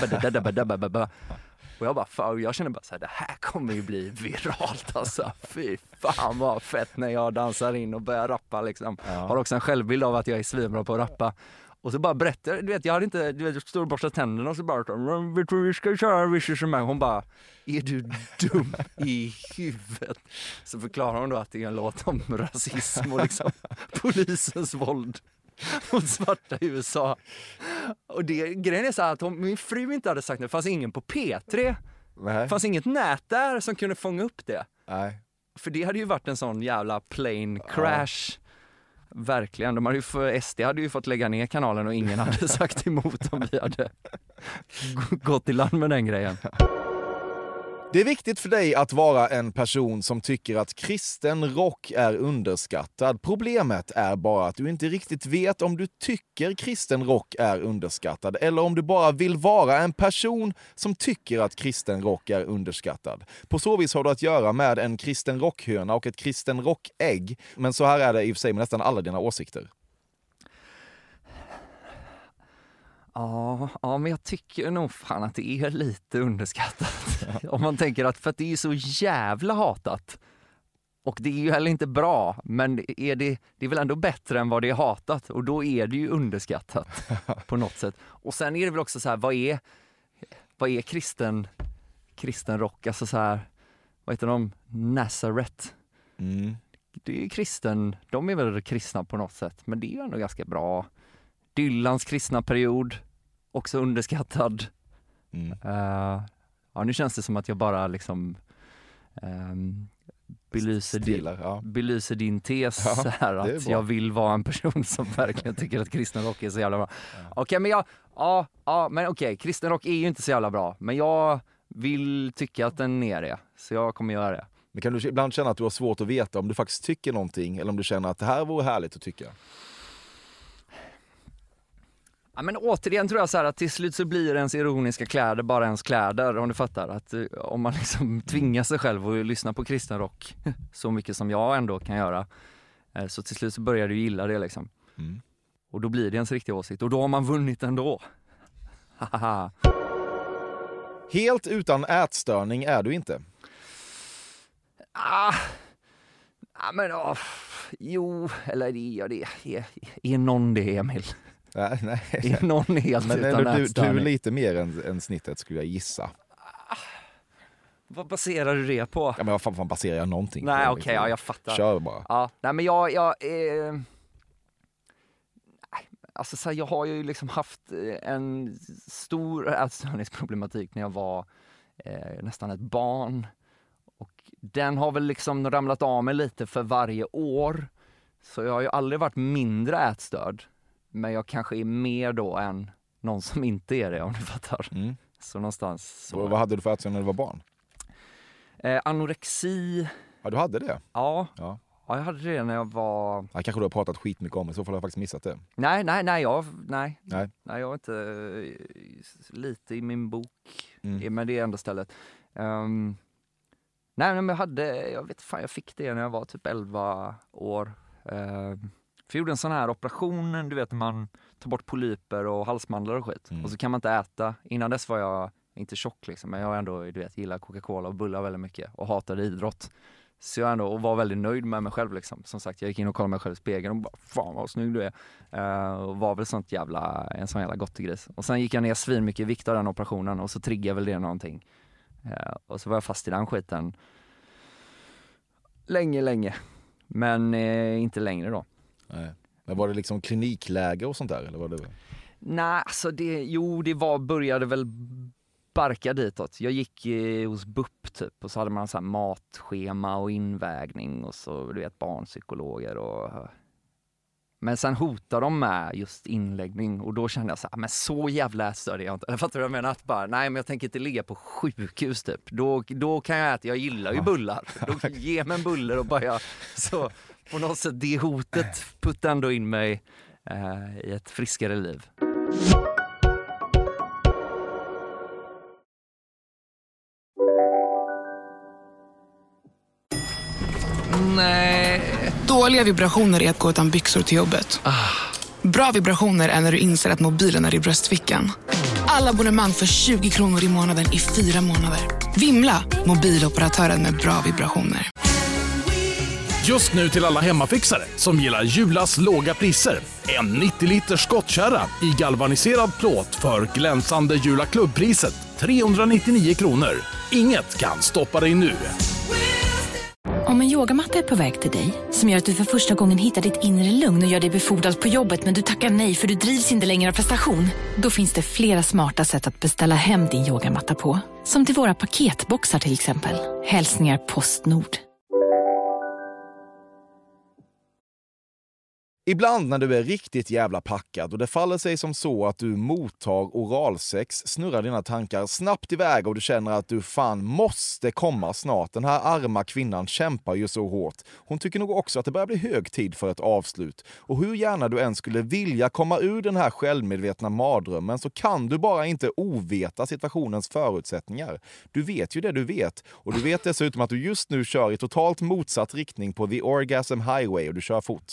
Speaker 6: Och jag bara, fan, jag känner bara så här, det här kommer ju bli viralt alltså. Fy fan vad fett när jag dansar in och börjar rappa liksom. Har också en självbild av att jag är svinbra på att rappa. Och så bara berättar, du vet, jag hade inte, du vet, jag står och borstar tänderna och så bara, vet du, vi ska köra vicious som mig. Hon bara, är du dum i huvudet? Så förklarar hon då att det är en låt om rasism och liksom polisens våld mot svarta i USA. Och det, grejen är så här att min fru inte hade sagt det, fanns ingen på P3. Det fanns inget nät där som kunde fånga upp det.
Speaker 5: Nej.
Speaker 6: För det hade ju varit en sån jävla plane crash. Verkligen. SD hade ju fått lägga ner kanalen och ingen hade sagt emot om vi hade gått i land med den grejen.
Speaker 5: Det är viktigt för dig att vara en person som tycker att kristen rock är underskattad. Problemet är bara att du inte riktigt vet om du tycker kristen rock är underskattad eller om du bara vill vara en person som tycker att kristen rock är underskattad. På så vis har du att göra med en kristen rockhöna och ett kristen rockägg. Men så här är det i och för sig med nästan alla dina åsikter.
Speaker 6: Ja, men jag tycker nog fan att det är lite underskattat. Om man tänker att, för att det är så jävla hatat. Och det är ju heller inte bra, men det är väl ändå bättre än vad det är hatat. Och då är det ju underskattat på något sätt. Och sen är det väl också så här, vad är kristen rock? Alltså så här, vad heter de? Nazareth. Det är kristen, de är väl kristna på något sätt, men det är ju ändå ganska bra. Dylans kristna period, också underskattad. Nu känns det som att jag bara liksom belyser din tes här, att jag vill vara en person som verkligen tycker att kristen rock är så jävla bra. Okej, men kristen rock är ju inte så jävla bra, men jag vill tycka att den är det, så jag kommer göra det.
Speaker 5: Men kan du ibland känna att du har svårt att veta om du faktiskt tycker någonting eller om du känner att det här vore härligt att tycka?
Speaker 6: Ja, men återigen tror jag så här att till slut så blir ens ironiska kläder bara ens kläder, om du fattar. Att om man liksom tvingar sig själv att lyssna på kristen rock så mycket som jag ändå kan göra, så till slut så börjar du gilla det liksom. Och då blir det ens riktiga åsikt. Och då har man vunnit ändå.
Speaker 5: Helt utan ätstörning är du inte?
Speaker 6: Jo, eller det är någon det, Emil.
Speaker 5: Nej.
Speaker 6: Är någon helt
Speaker 5: men
Speaker 6: utan ätstörning.
Speaker 5: Du är lite mer än snittet, skulle jag gissa.
Speaker 6: Vad baserar du det på?
Speaker 5: Ja, men vad fan baserar jag någonting
Speaker 6: Nej,
Speaker 5: på?
Speaker 6: okej, jag fattar.
Speaker 5: Kör bara.
Speaker 6: Ja, nej, men alltså så här, jag har ju liksom haft en stor ätstörningsproblematik när jag var nästan ett barn. Och den har väl liksom ramlat av mig lite för varje år. Så jag har ju aldrig varit mindre ätstörd. Men jag kanske är mer då än någon som inte är det, om du fattar. Så någonstans. Så.
Speaker 5: Vad hade du för ätstörning när du var barn?
Speaker 6: Anorexi.
Speaker 5: Ja, du hade det?
Speaker 6: Ja, jag hade det när jag var...
Speaker 5: Ja, kanske du har pratat skitmycket om, i så fall har jag faktiskt missat det.
Speaker 6: Nej, jag har inte lite i min bok. Men det är ändå stället. Nej, men jag fick det när jag var typ 11 år. För jag gjorde en sån här operation, du vet, man tar bort polyper och halsmandlar och skit. Och så kan man inte äta. Innan dess var jag inte tjock liksom, men jag ändå, du vet, gillar Coca-Cola och bullar väldigt mycket och hatade idrott. Så jag ändå var väldigt nöjd med mig själv liksom. Som sagt, jag gick in och kollade mig själv i spegeln och bara, fan vad snygg du är. Och var väl en sån jävla gottegris. Och sen gick jag ner svin mycket i vikt av den operationen och så triggade väl det någonting. Och så var jag fast i den skiten länge. Men inte längre då. Nej.
Speaker 5: Men var det liksom klinikläge och sånt där? Eller var det...
Speaker 6: Nej, alltså började väl barka ditåt. Jag gick hos BUP typ och så hade man så här matschema och invägning och så, du vet, barnpsykologer och... Men sen hotade de med just inläggning och då kände jag så här, men så jävla ätstörd är jag inte. Eller fattar du vad jag menar? Att bara, nej men jag tänker inte ligga på sjukhus typ. Då kan jag äta, jag gillar ju bullar. Då ge mig en buller och bara så på något sätt det hotet puttar ändå in mig i ett friskare liv.
Speaker 8: Nej. Då Dåliga vibrationer är att gå utan byxor till jobbet. Bra vibrationer är när du inser att mobilen är i bröstfickan. Alla abonnemang för 20 kronor i månaden i 4 månader. Vimla, mobiloperatören med bra vibrationer.
Speaker 9: Just nu till alla hemmafixare som gillar Julas låga priser. En 90 liters skottkärra i galvaniserad plåt för glänsande Jula klubbpriset 399 kronor. Inget kan stoppa dig nu.
Speaker 10: Om en yogamatta är på väg till dig, som gör att du för första gången hittar ditt inre lugn och gör dig befordrad på jobbet men du tackar nej för du drivs inte längre av prestation. Då finns det flera smarta sätt att beställa hem din yogamatta på. Som till våra paketboxar till exempel. Hälsningar Postnord.
Speaker 5: Ibland när du är riktigt jävla packad och det faller sig som så att du mottar oralsex snurrar dina tankar snabbt iväg och du känner att du fan måste komma snart. Den här arma kvinnan kämpar ju så hårt. Hon tycker nog också att det börjar bli hög tid för ett avslut. Och hur gärna du än skulle vilja komma ur den här självmedvetna mardrömmen så kan du bara inte oveta situationens förutsättningar. Du vet ju det du vet. Och du vet dessutom att du just nu kör i totalt motsatt riktning på The Orgasm Highway och du kör fort.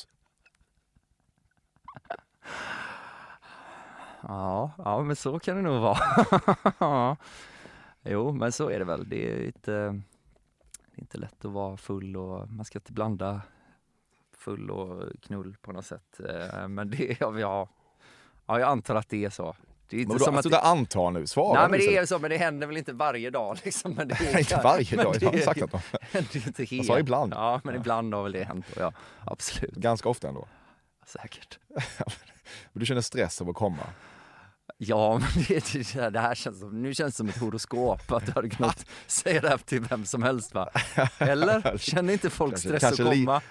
Speaker 6: Ja, men så kan det nog vara. Jo, men så är det väl. Det är inte lätt att vara full och man ska inte blanda full och knull på något sätt. Men det jag antar att det är så. Det är inte
Speaker 5: men
Speaker 6: som
Speaker 5: att
Speaker 6: att
Speaker 5: du antar nu, svara.
Speaker 6: Nej, men det är så, men det händer väl inte varje dag liksom. Men det är
Speaker 5: inte varje dag, jag har sagt att
Speaker 6: det är inte helt.
Speaker 5: Jag sa ibland.
Speaker 6: Ja, men ibland har väl det hänt. Ja, absolut.
Speaker 5: Ganska ofta ändå.
Speaker 6: Säkert.
Speaker 5: Du känner stress av att komma.
Speaker 6: Ja, men det här känns som ett horoskop att du hade kunnat säga det här till vem som helst, va? Eller? Känner inte folk stress att komma?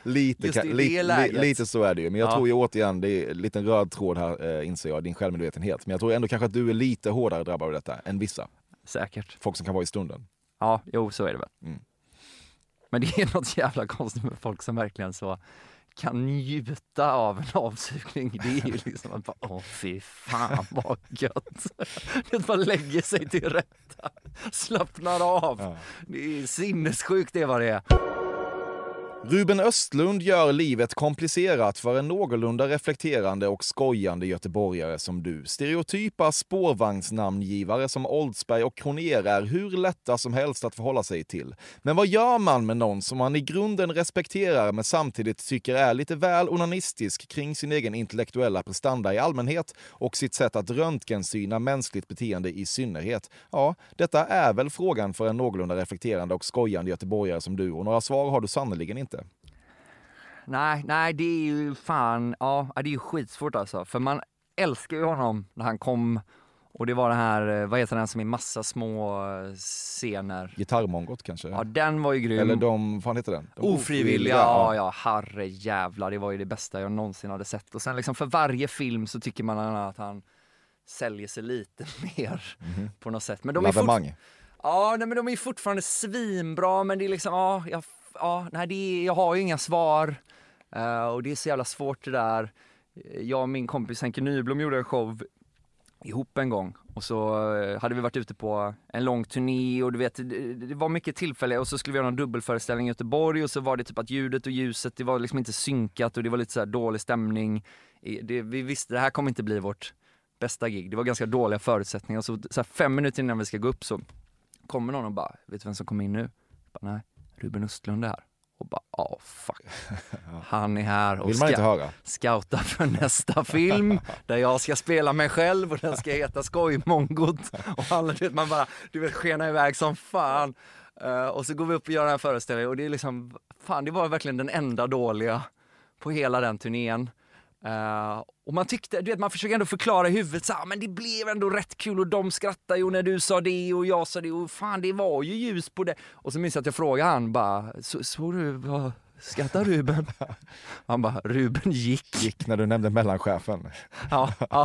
Speaker 5: Lite så är det ju. Men jag tror ju återigen, det är en liten röd tråd här, inser jag, din självmedvetenhet. Men jag tror ändå kanske att du är lite hårdare drabbad av detta än vissa.
Speaker 6: Säkert.
Speaker 5: Folk som kan vara i stunden.
Speaker 6: Ja, jo, så är det väl. Men det är något jävla konstigt med folk som verkligen så kan njuta av en avsugning. Det är ju liksom att bara, fy fan vad gött. Det bara lägger sig till rätta. Slappnar av. Ja. Det är sinnessjukt det vad det är.
Speaker 5: Ruben Östlund gör livet komplicerat för en någorlunda reflekterande och skojande göteborgare som du. Stereotypa spårvagnsnamngivare som Oldsberg och Kroner är hur lätta som helst att förhålla sig till. Men vad gör man med någon som man i grunden respekterar men samtidigt tycker är lite väl onanistisk kring sin egen intellektuella prestanda i allmänhet och sitt sätt att röntgensyna mänskligt beteende i synnerhet? Ja, detta är väl frågan för en någorlunda reflekterande och skojande göteborgare som du, och några svar har du sannoliken inte.
Speaker 6: Nej, det är ju fan, det är ju skitsvårt alltså. För man älskar ju honom när han kom. Och det var det här, vad heter den som är massa små scener?
Speaker 5: Gitarrmongot kanske?
Speaker 6: Ja, den var ju grym.
Speaker 5: Eller vad fan heter den?
Speaker 6: Ofrivilliga, ja, herre jävlar. Det var ju det bästa jag någonsin hade sett. Och sen liksom för varje film så tycker man att han säljer sig lite mer på något sätt. Men de är men de är fortfarande svinbra, men det är liksom, jag har ju inga svar. Och det är så jävla svårt det där. Jag och min kompis Henke Nyblom gjorde en show ihop en gång. Och så hade vi varit ute på en lång turné och du vet, det var mycket tillfälle. Och så skulle vi göra en dubbelföreställning i Göteborg och så var det typ att ljudet och ljuset, det var liksom inte synkat och det var lite så här dålig stämning. Vi visste, det här kommer inte bli vårt bästa gig. Det var ganska dåliga förutsättningar. Så här 5 minuter innan vi ska gå upp så kommer någon och bara, vet du vem som kommer in nu? Bara, nej, Ruben Östlund är här. Och bara, fuck. Han är här och
Speaker 5: vill man inte höra.
Speaker 6: Scouta för nästa film där jag ska spela mig själv och den ska heta Skojmongot. Och man bara, skena iväg som fan. Och så går vi upp och gör den här föreställningen och det är liksom, fan, det var verkligen den enda dåliga på hela den turnén. Och man tyckte, man försöker ändå förklara i huvudet så men det blev ändå rätt kul och de skrattade ju när du sa det och jag sa det och fan det var ju ljus på det. Och så minns jag att jag frågade han bara, så du, vad skrattar Ruben? Han bara, Ruben gick
Speaker 5: när du nämnde mellanchefen.
Speaker 6: Ja,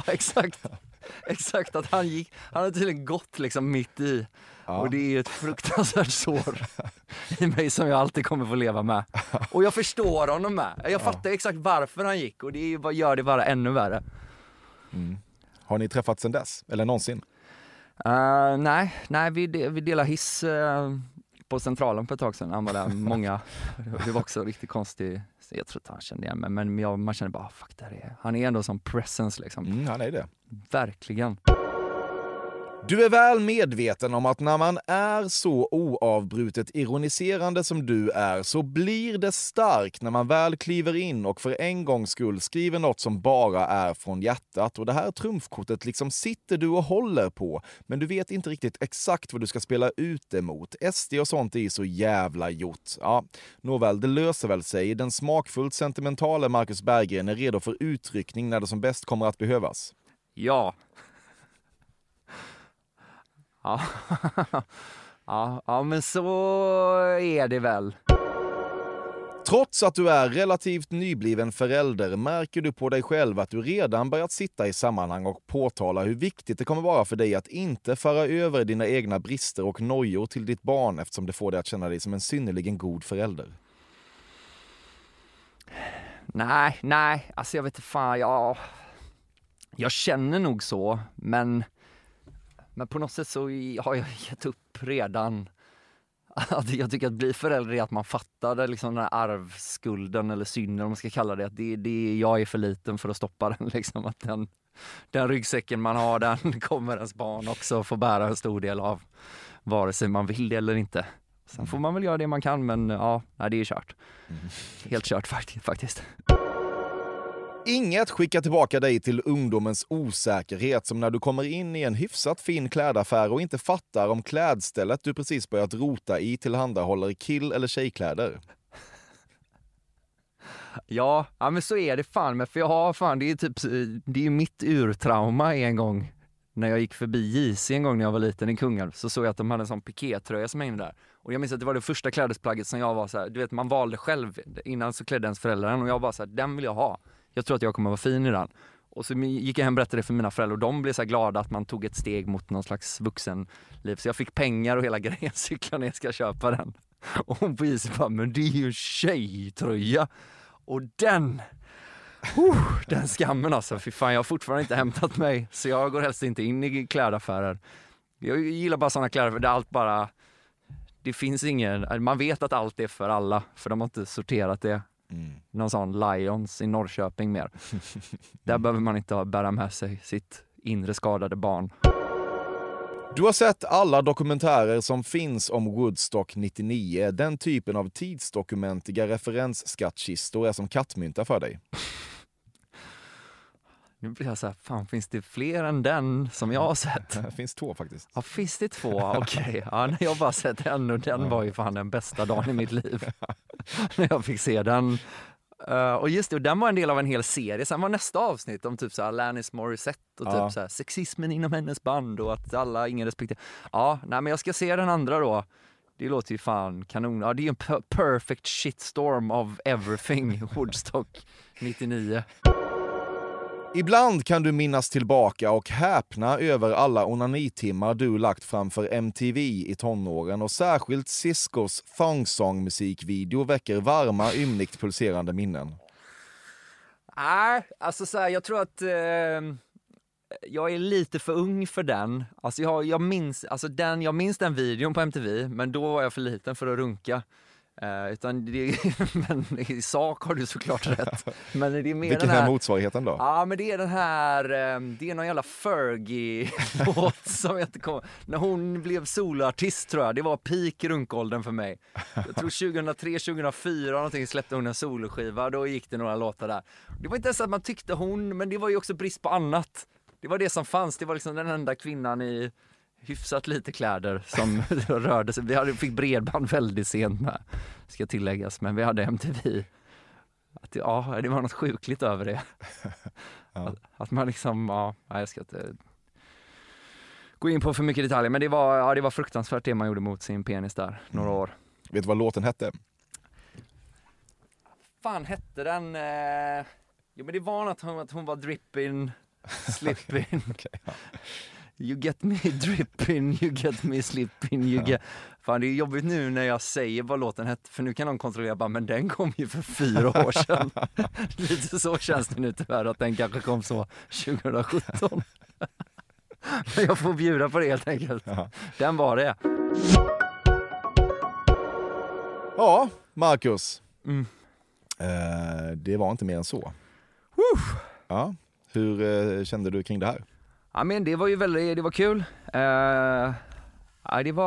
Speaker 6: exakt att han gick, han hade tydligen gått liksom mitt i. Ja. Och det är ett fruktansvärt sår i mig som jag alltid kommer få leva med. Och jag förstår honom med. Jag fattar exakt varför han gick och det är, gör det bara ännu värre.
Speaker 5: Har ni träffats sedan dess? Eller någonsin?
Speaker 6: Nej, vi delar hiss på Centralen på ett tag sedan. Han var där det var också en riktigt konstig Så jag tror att han kände igen mig, men man känner bara, fuck, han är ändå som presence liksom.
Speaker 5: Han är det.
Speaker 6: Verkligen.
Speaker 5: Du är väl medveten om att när man är så oavbrutet ironiserande som du är så blir det starkt när man väl kliver in och för en gångs skull skriver något som bara är från hjärtat. Och det här trumfkortet liksom sitter du och håller på, men du vet inte riktigt exakt vad du ska spela ut emot. SD och sånt är så jävla gjort. Ja, nåväl, det löser väl sig. Den smakfullt sentimentala Marcus Berggren är redo för utryckning när det som bäst kommer att behövas.
Speaker 6: Ja. Ja, men så är det väl.
Speaker 5: Trots att du är relativt nybliven förälder märker du på dig själv att du redan börjat sitta i sammanhang och påtala hur viktigt det kommer vara för dig att inte föra över dina egna brister och nojor till ditt barn eftersom det får dig att känna dig som en synnerligen god förälder.
Speaker 6: Nej, alltså jag vet inte fan, jag känner nog så, men på något sätt så har jag gett upp redan. Jag tycker att bli förälder är att man fattar det, liksom den här arvskulden eller synden, om man ska kalla det. Att jag är för liten för att stoppa den. Liksom, att den ryggsäcken man har, den kommer ens barn också få bära en stor del av, vare sig man vill det eller inte. Sen får man väl göra det man kan, men det är kört. Helt kört faktiskt.
Speaker 5: Inget skickar tillbaka dig till ungdomens osäkerhet som när du kommer in i en hyfsat fin klädaffär och inte fattar om klädstället du precis börjat rota i tillhandahåller kill- eller tjejkläder.
Speaker 6: Ja, men så är det fan. Men för det är mitt urtrauma en gång. När jag gick förbi JC en gång när jag var liten i Kungälv, så såg jag att de hade en sån pikétröja som hängde där. Och jag minns att det var det första klädesplagget som jag var så här, du vet, man valde själv. Innan så klädde ens föräldrar och jag var så här, den vill jag ha. Jag tror att jag kommer vara fin i den. Och så gick jag hem och berättade det för mina föräldrar och de blev så här glada att man tog ett steg mot någon slags vuxenliv. Så jag fick pengar och hela grejen, cykla ner, ska köpa den. Och hon på JC bara, men det är ju tjejtröja. Och den skammen alltså, för fan, jag har fortfarande inte hämtat mig. Så jag går helst inte in i klädaffärer. Jag gillar bara sådana kläder där allt bara, det finns ingen, man vet att allt är för alla, för de har inte sorterat det. Någon sån Lions i Norrköping mer. Där behöver man inte bära med sig sitt inre skadade barn.
Speaker 5: Du har sett alla dokumentärer som finns om Woodstock 99. Den typen av tidsdokumentiga referensskattkistor är som kattmynta för dig.
Speaker 6: Nu blir jag så här, fan, finns det fler än den som jag har sett?
Speaker 5: Det finns 2 faktiskt.
Speaker 6: Ja, finns det 2? Okej. Ja, jag har bara sett en och den var ju fan den bästa dagen i mitt liv. När jag fick se den. Och just det, den var en del av en hel serie. Sen var nästa avsnitt om typ så här Alanis Morissette och typ så här sexismen inom hennes band och att ingen respekterar. Ja, nej, men jag ska se den andra då. Det låter ju fan kanon. Ja, det är ju en perfect shitstorm of everything, Woodstock 99.
Speaker 5: Ibland kan du minnas tillbaka och häpna över alla onanitimmar du lagt framför MTV i tonåren och särskilt Siskos thong-song-musikvideo väcker varma, ymnigt pulserande minnen.
Speaker 6: Nej, alltså så här, jag tror att jag är lite för ung för den. Alltså jag minns den videon på MTV, men då var jag för liten för att runka. Men i sak har du såklart rätt. Men det är mer
Speaker 5: vilken
Speaker 6: den här
Speaker 5: är motsvarigheten då?
Speaker 6: Ja, men det är den här, det är någon jävla Fergie-låt som jag inte kommer. När hon blev soloartist tror jag, det var peak runkåldern för mig. Jag tror 2003-2004 någonting släppte hon en soloskiva, då gick det några låtar där. Det var inte ens att man tyckte hon, men det var ju också brist på annat. Det var det som fanns, det var liksom den enda kvinnan i hyfsat lite kläder som rörde sig. Vi fick bredband väldigt sent med, ska tilläggas, men vi hade MTV. Det var något sjukligt över det. Att man liksom, jag ska inte gå in på för mycket detaljer, men det var fruktansvärt det man gjorde mot sin penis där några år.
Speaker 5: Vet du vad låten hette?
Speaker 6: Fan hette den? Men det var något att hon var dripping, slipping.
Speaker 5: Okay, ja.
Speaker 6: You get me dripping, you get me slipping, Fan, det är jobbigt nu när jag säger vad låten hette, för nu kan någon kontrollera bara, men den kom ju för 4 år sedan. Lite så känns det nu tyvärr, att den kanske kom så 2017. Men jag får bjuda på det helt enkelt. Ja. Den var det.
Speaker 5: Ja, Marcus. Det var inte mer än så. Ja. Hur kände du kring det här?
Speaker 6: Ja, men det var ju det var kul. Det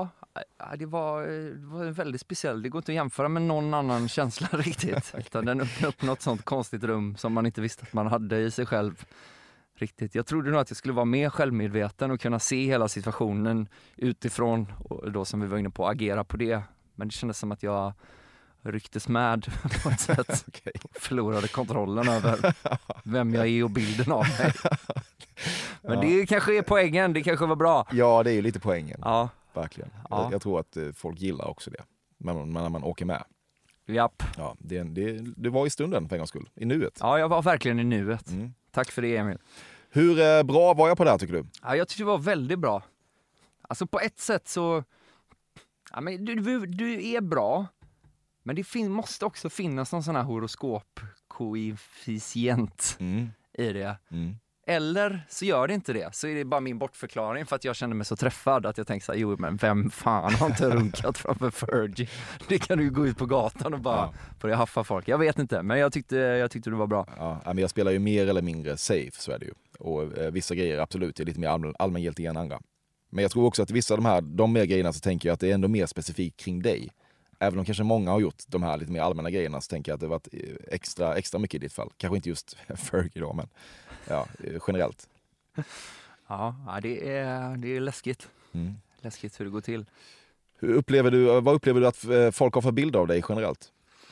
Speaker 6: var väldigt speciellt. Det går inte att jämföra med någon annan känsla riktigt. Utan den öppnade upp något sånt konstigt rum som man inte visste att man hade i sig själv riktigt. Jag trodde nog att jag skulle vara mer självmedveten och kunna se hela situationen utifrån och då, som vi var inne på, agera på det. Men det kändes som att jag rycktes med på ett sätt.
Speaker 5: Okay.
Speaker 6: Förlorade kontrollen över vem jag är och bilden av mig. Men det kanske är poängen, det kanske var bra.
Speaker 5: Ja, det är ju lite poängen.
Speaker 6: Ja.
Speaker 5: Verkligen.
Speaker 6: Ja.
Speaker 5: Jag tror att folk gillar också det. När man åker med.
Speaker 6: Japp.
Speaker 5: Ja, det var i stunden för en gångs skull. I nuet.
Speaker 6: Ja, jag var verkligen i nuet. Tack för det, Emil.
Speaker 5: Hur bra var jag på det här, tycker du?
Speaker 6: Ja, jag tycker det var väldigt bra. Alltså på ett sätt så... Ja, men du är bra. Men det måste också finnas någon sån här horoskop-koefficient i det. Eller så gör det inte det. Så är det bara min bortförklaring för att jag kände mig så träffad att jag tänkte så här, jo men vem fan har inte runkat framför Fergie? Det kan du gå ut på gatan och bara börja haffa folk. Jag vet inte, men jag tyckte det var bra.
Speaker 5: Ja, men jag spelar ju mer eller mindre safe, så är det ju. Och vissa grejer absolut är lite mer allmängiltiga än andra. Men jag tror också att vissa av de mer grejerna så tänker jag att det är ändå mer specifikt kring dig. Även om kanske många har gjort de här lite mer allmänna grejerna så tänker jag att det har varit extra mycket i ditt fall. Kanske inte just Fergie då, men generellt.
Speaker 6: Ja, det är läskigt. Läskigt hur det går till.
Speaker 5: Vad upplever du att folk har för bild av dig generellt?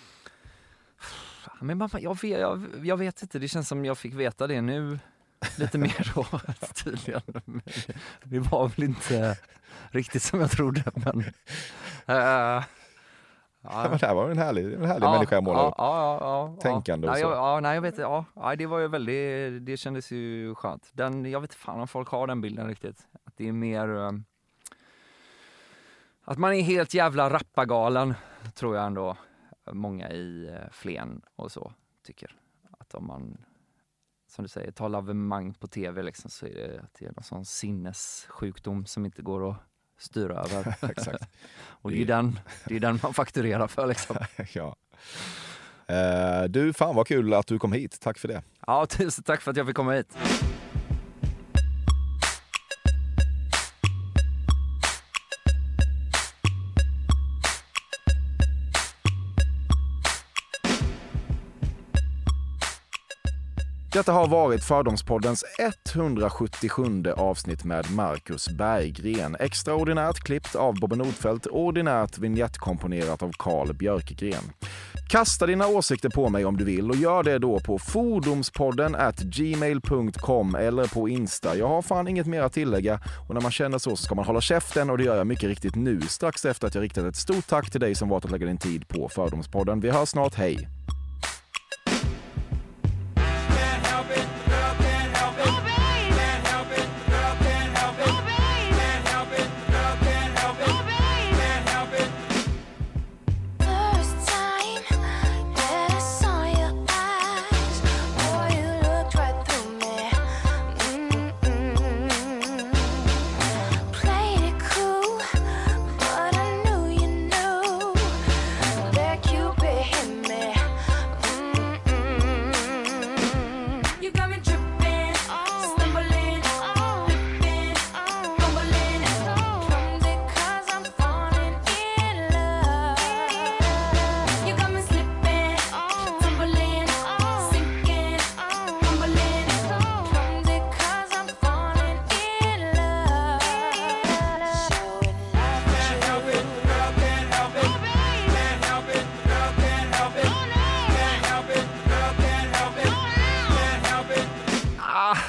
Speaker 6: Men mamma, jag vet inte. Det känns som jag fick veta det nu lite mer då tydligen. Det var väl inte riktigt som jag trodde, men...
Speaker 5: Ja, men det här var en härlig människa målade upp. Tänkande och så.
Speaker 6: Nej, jag vet. Det var ju väldigt... Det kändes ju skönt. Jag vet fan om folk har den bilden riktigt. Att det är mer... Att man är helt jävla rappagalen, tror jag ändå. Många i Flen och så tycker. Att om man, som du säger, tar lavemang på tv liksom, så är det att det är någon sån sinnessjukdom som inte går att styra över.
Speaker 5: Exakt.
Speaker 6: Och det är den man fakturerar för liksom.
Speaker 5: Ja. Du, fan vad kul att du kom hit. Tack för det.
Speaker 6: Ja, tusen tack för att jag fick komma hit.
Speaker 5: Detta har varit Fördomspoddens 177 avsnitt med Marcus Berggren. Extraordinärt klippt av Bobbe Nordfeldt, ordinärt vignettkomponerat av Carl Björkegren. Kasta dina åsikter på mig om du vill och gör det då på fordomspodden@gmail.com eller på Insta. Jag har fan inget mer att tillägga och när man känner så ska man hålla käften och det gör jag mycket riktigt nu. Strax efter att jag riktat ett stort tack till dig som valt att lägga din tid på Fördomspodden. Vi hörs snart, hej!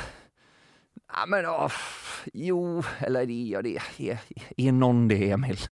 Speaker 6: Men jo, eller det är någon det, Emil.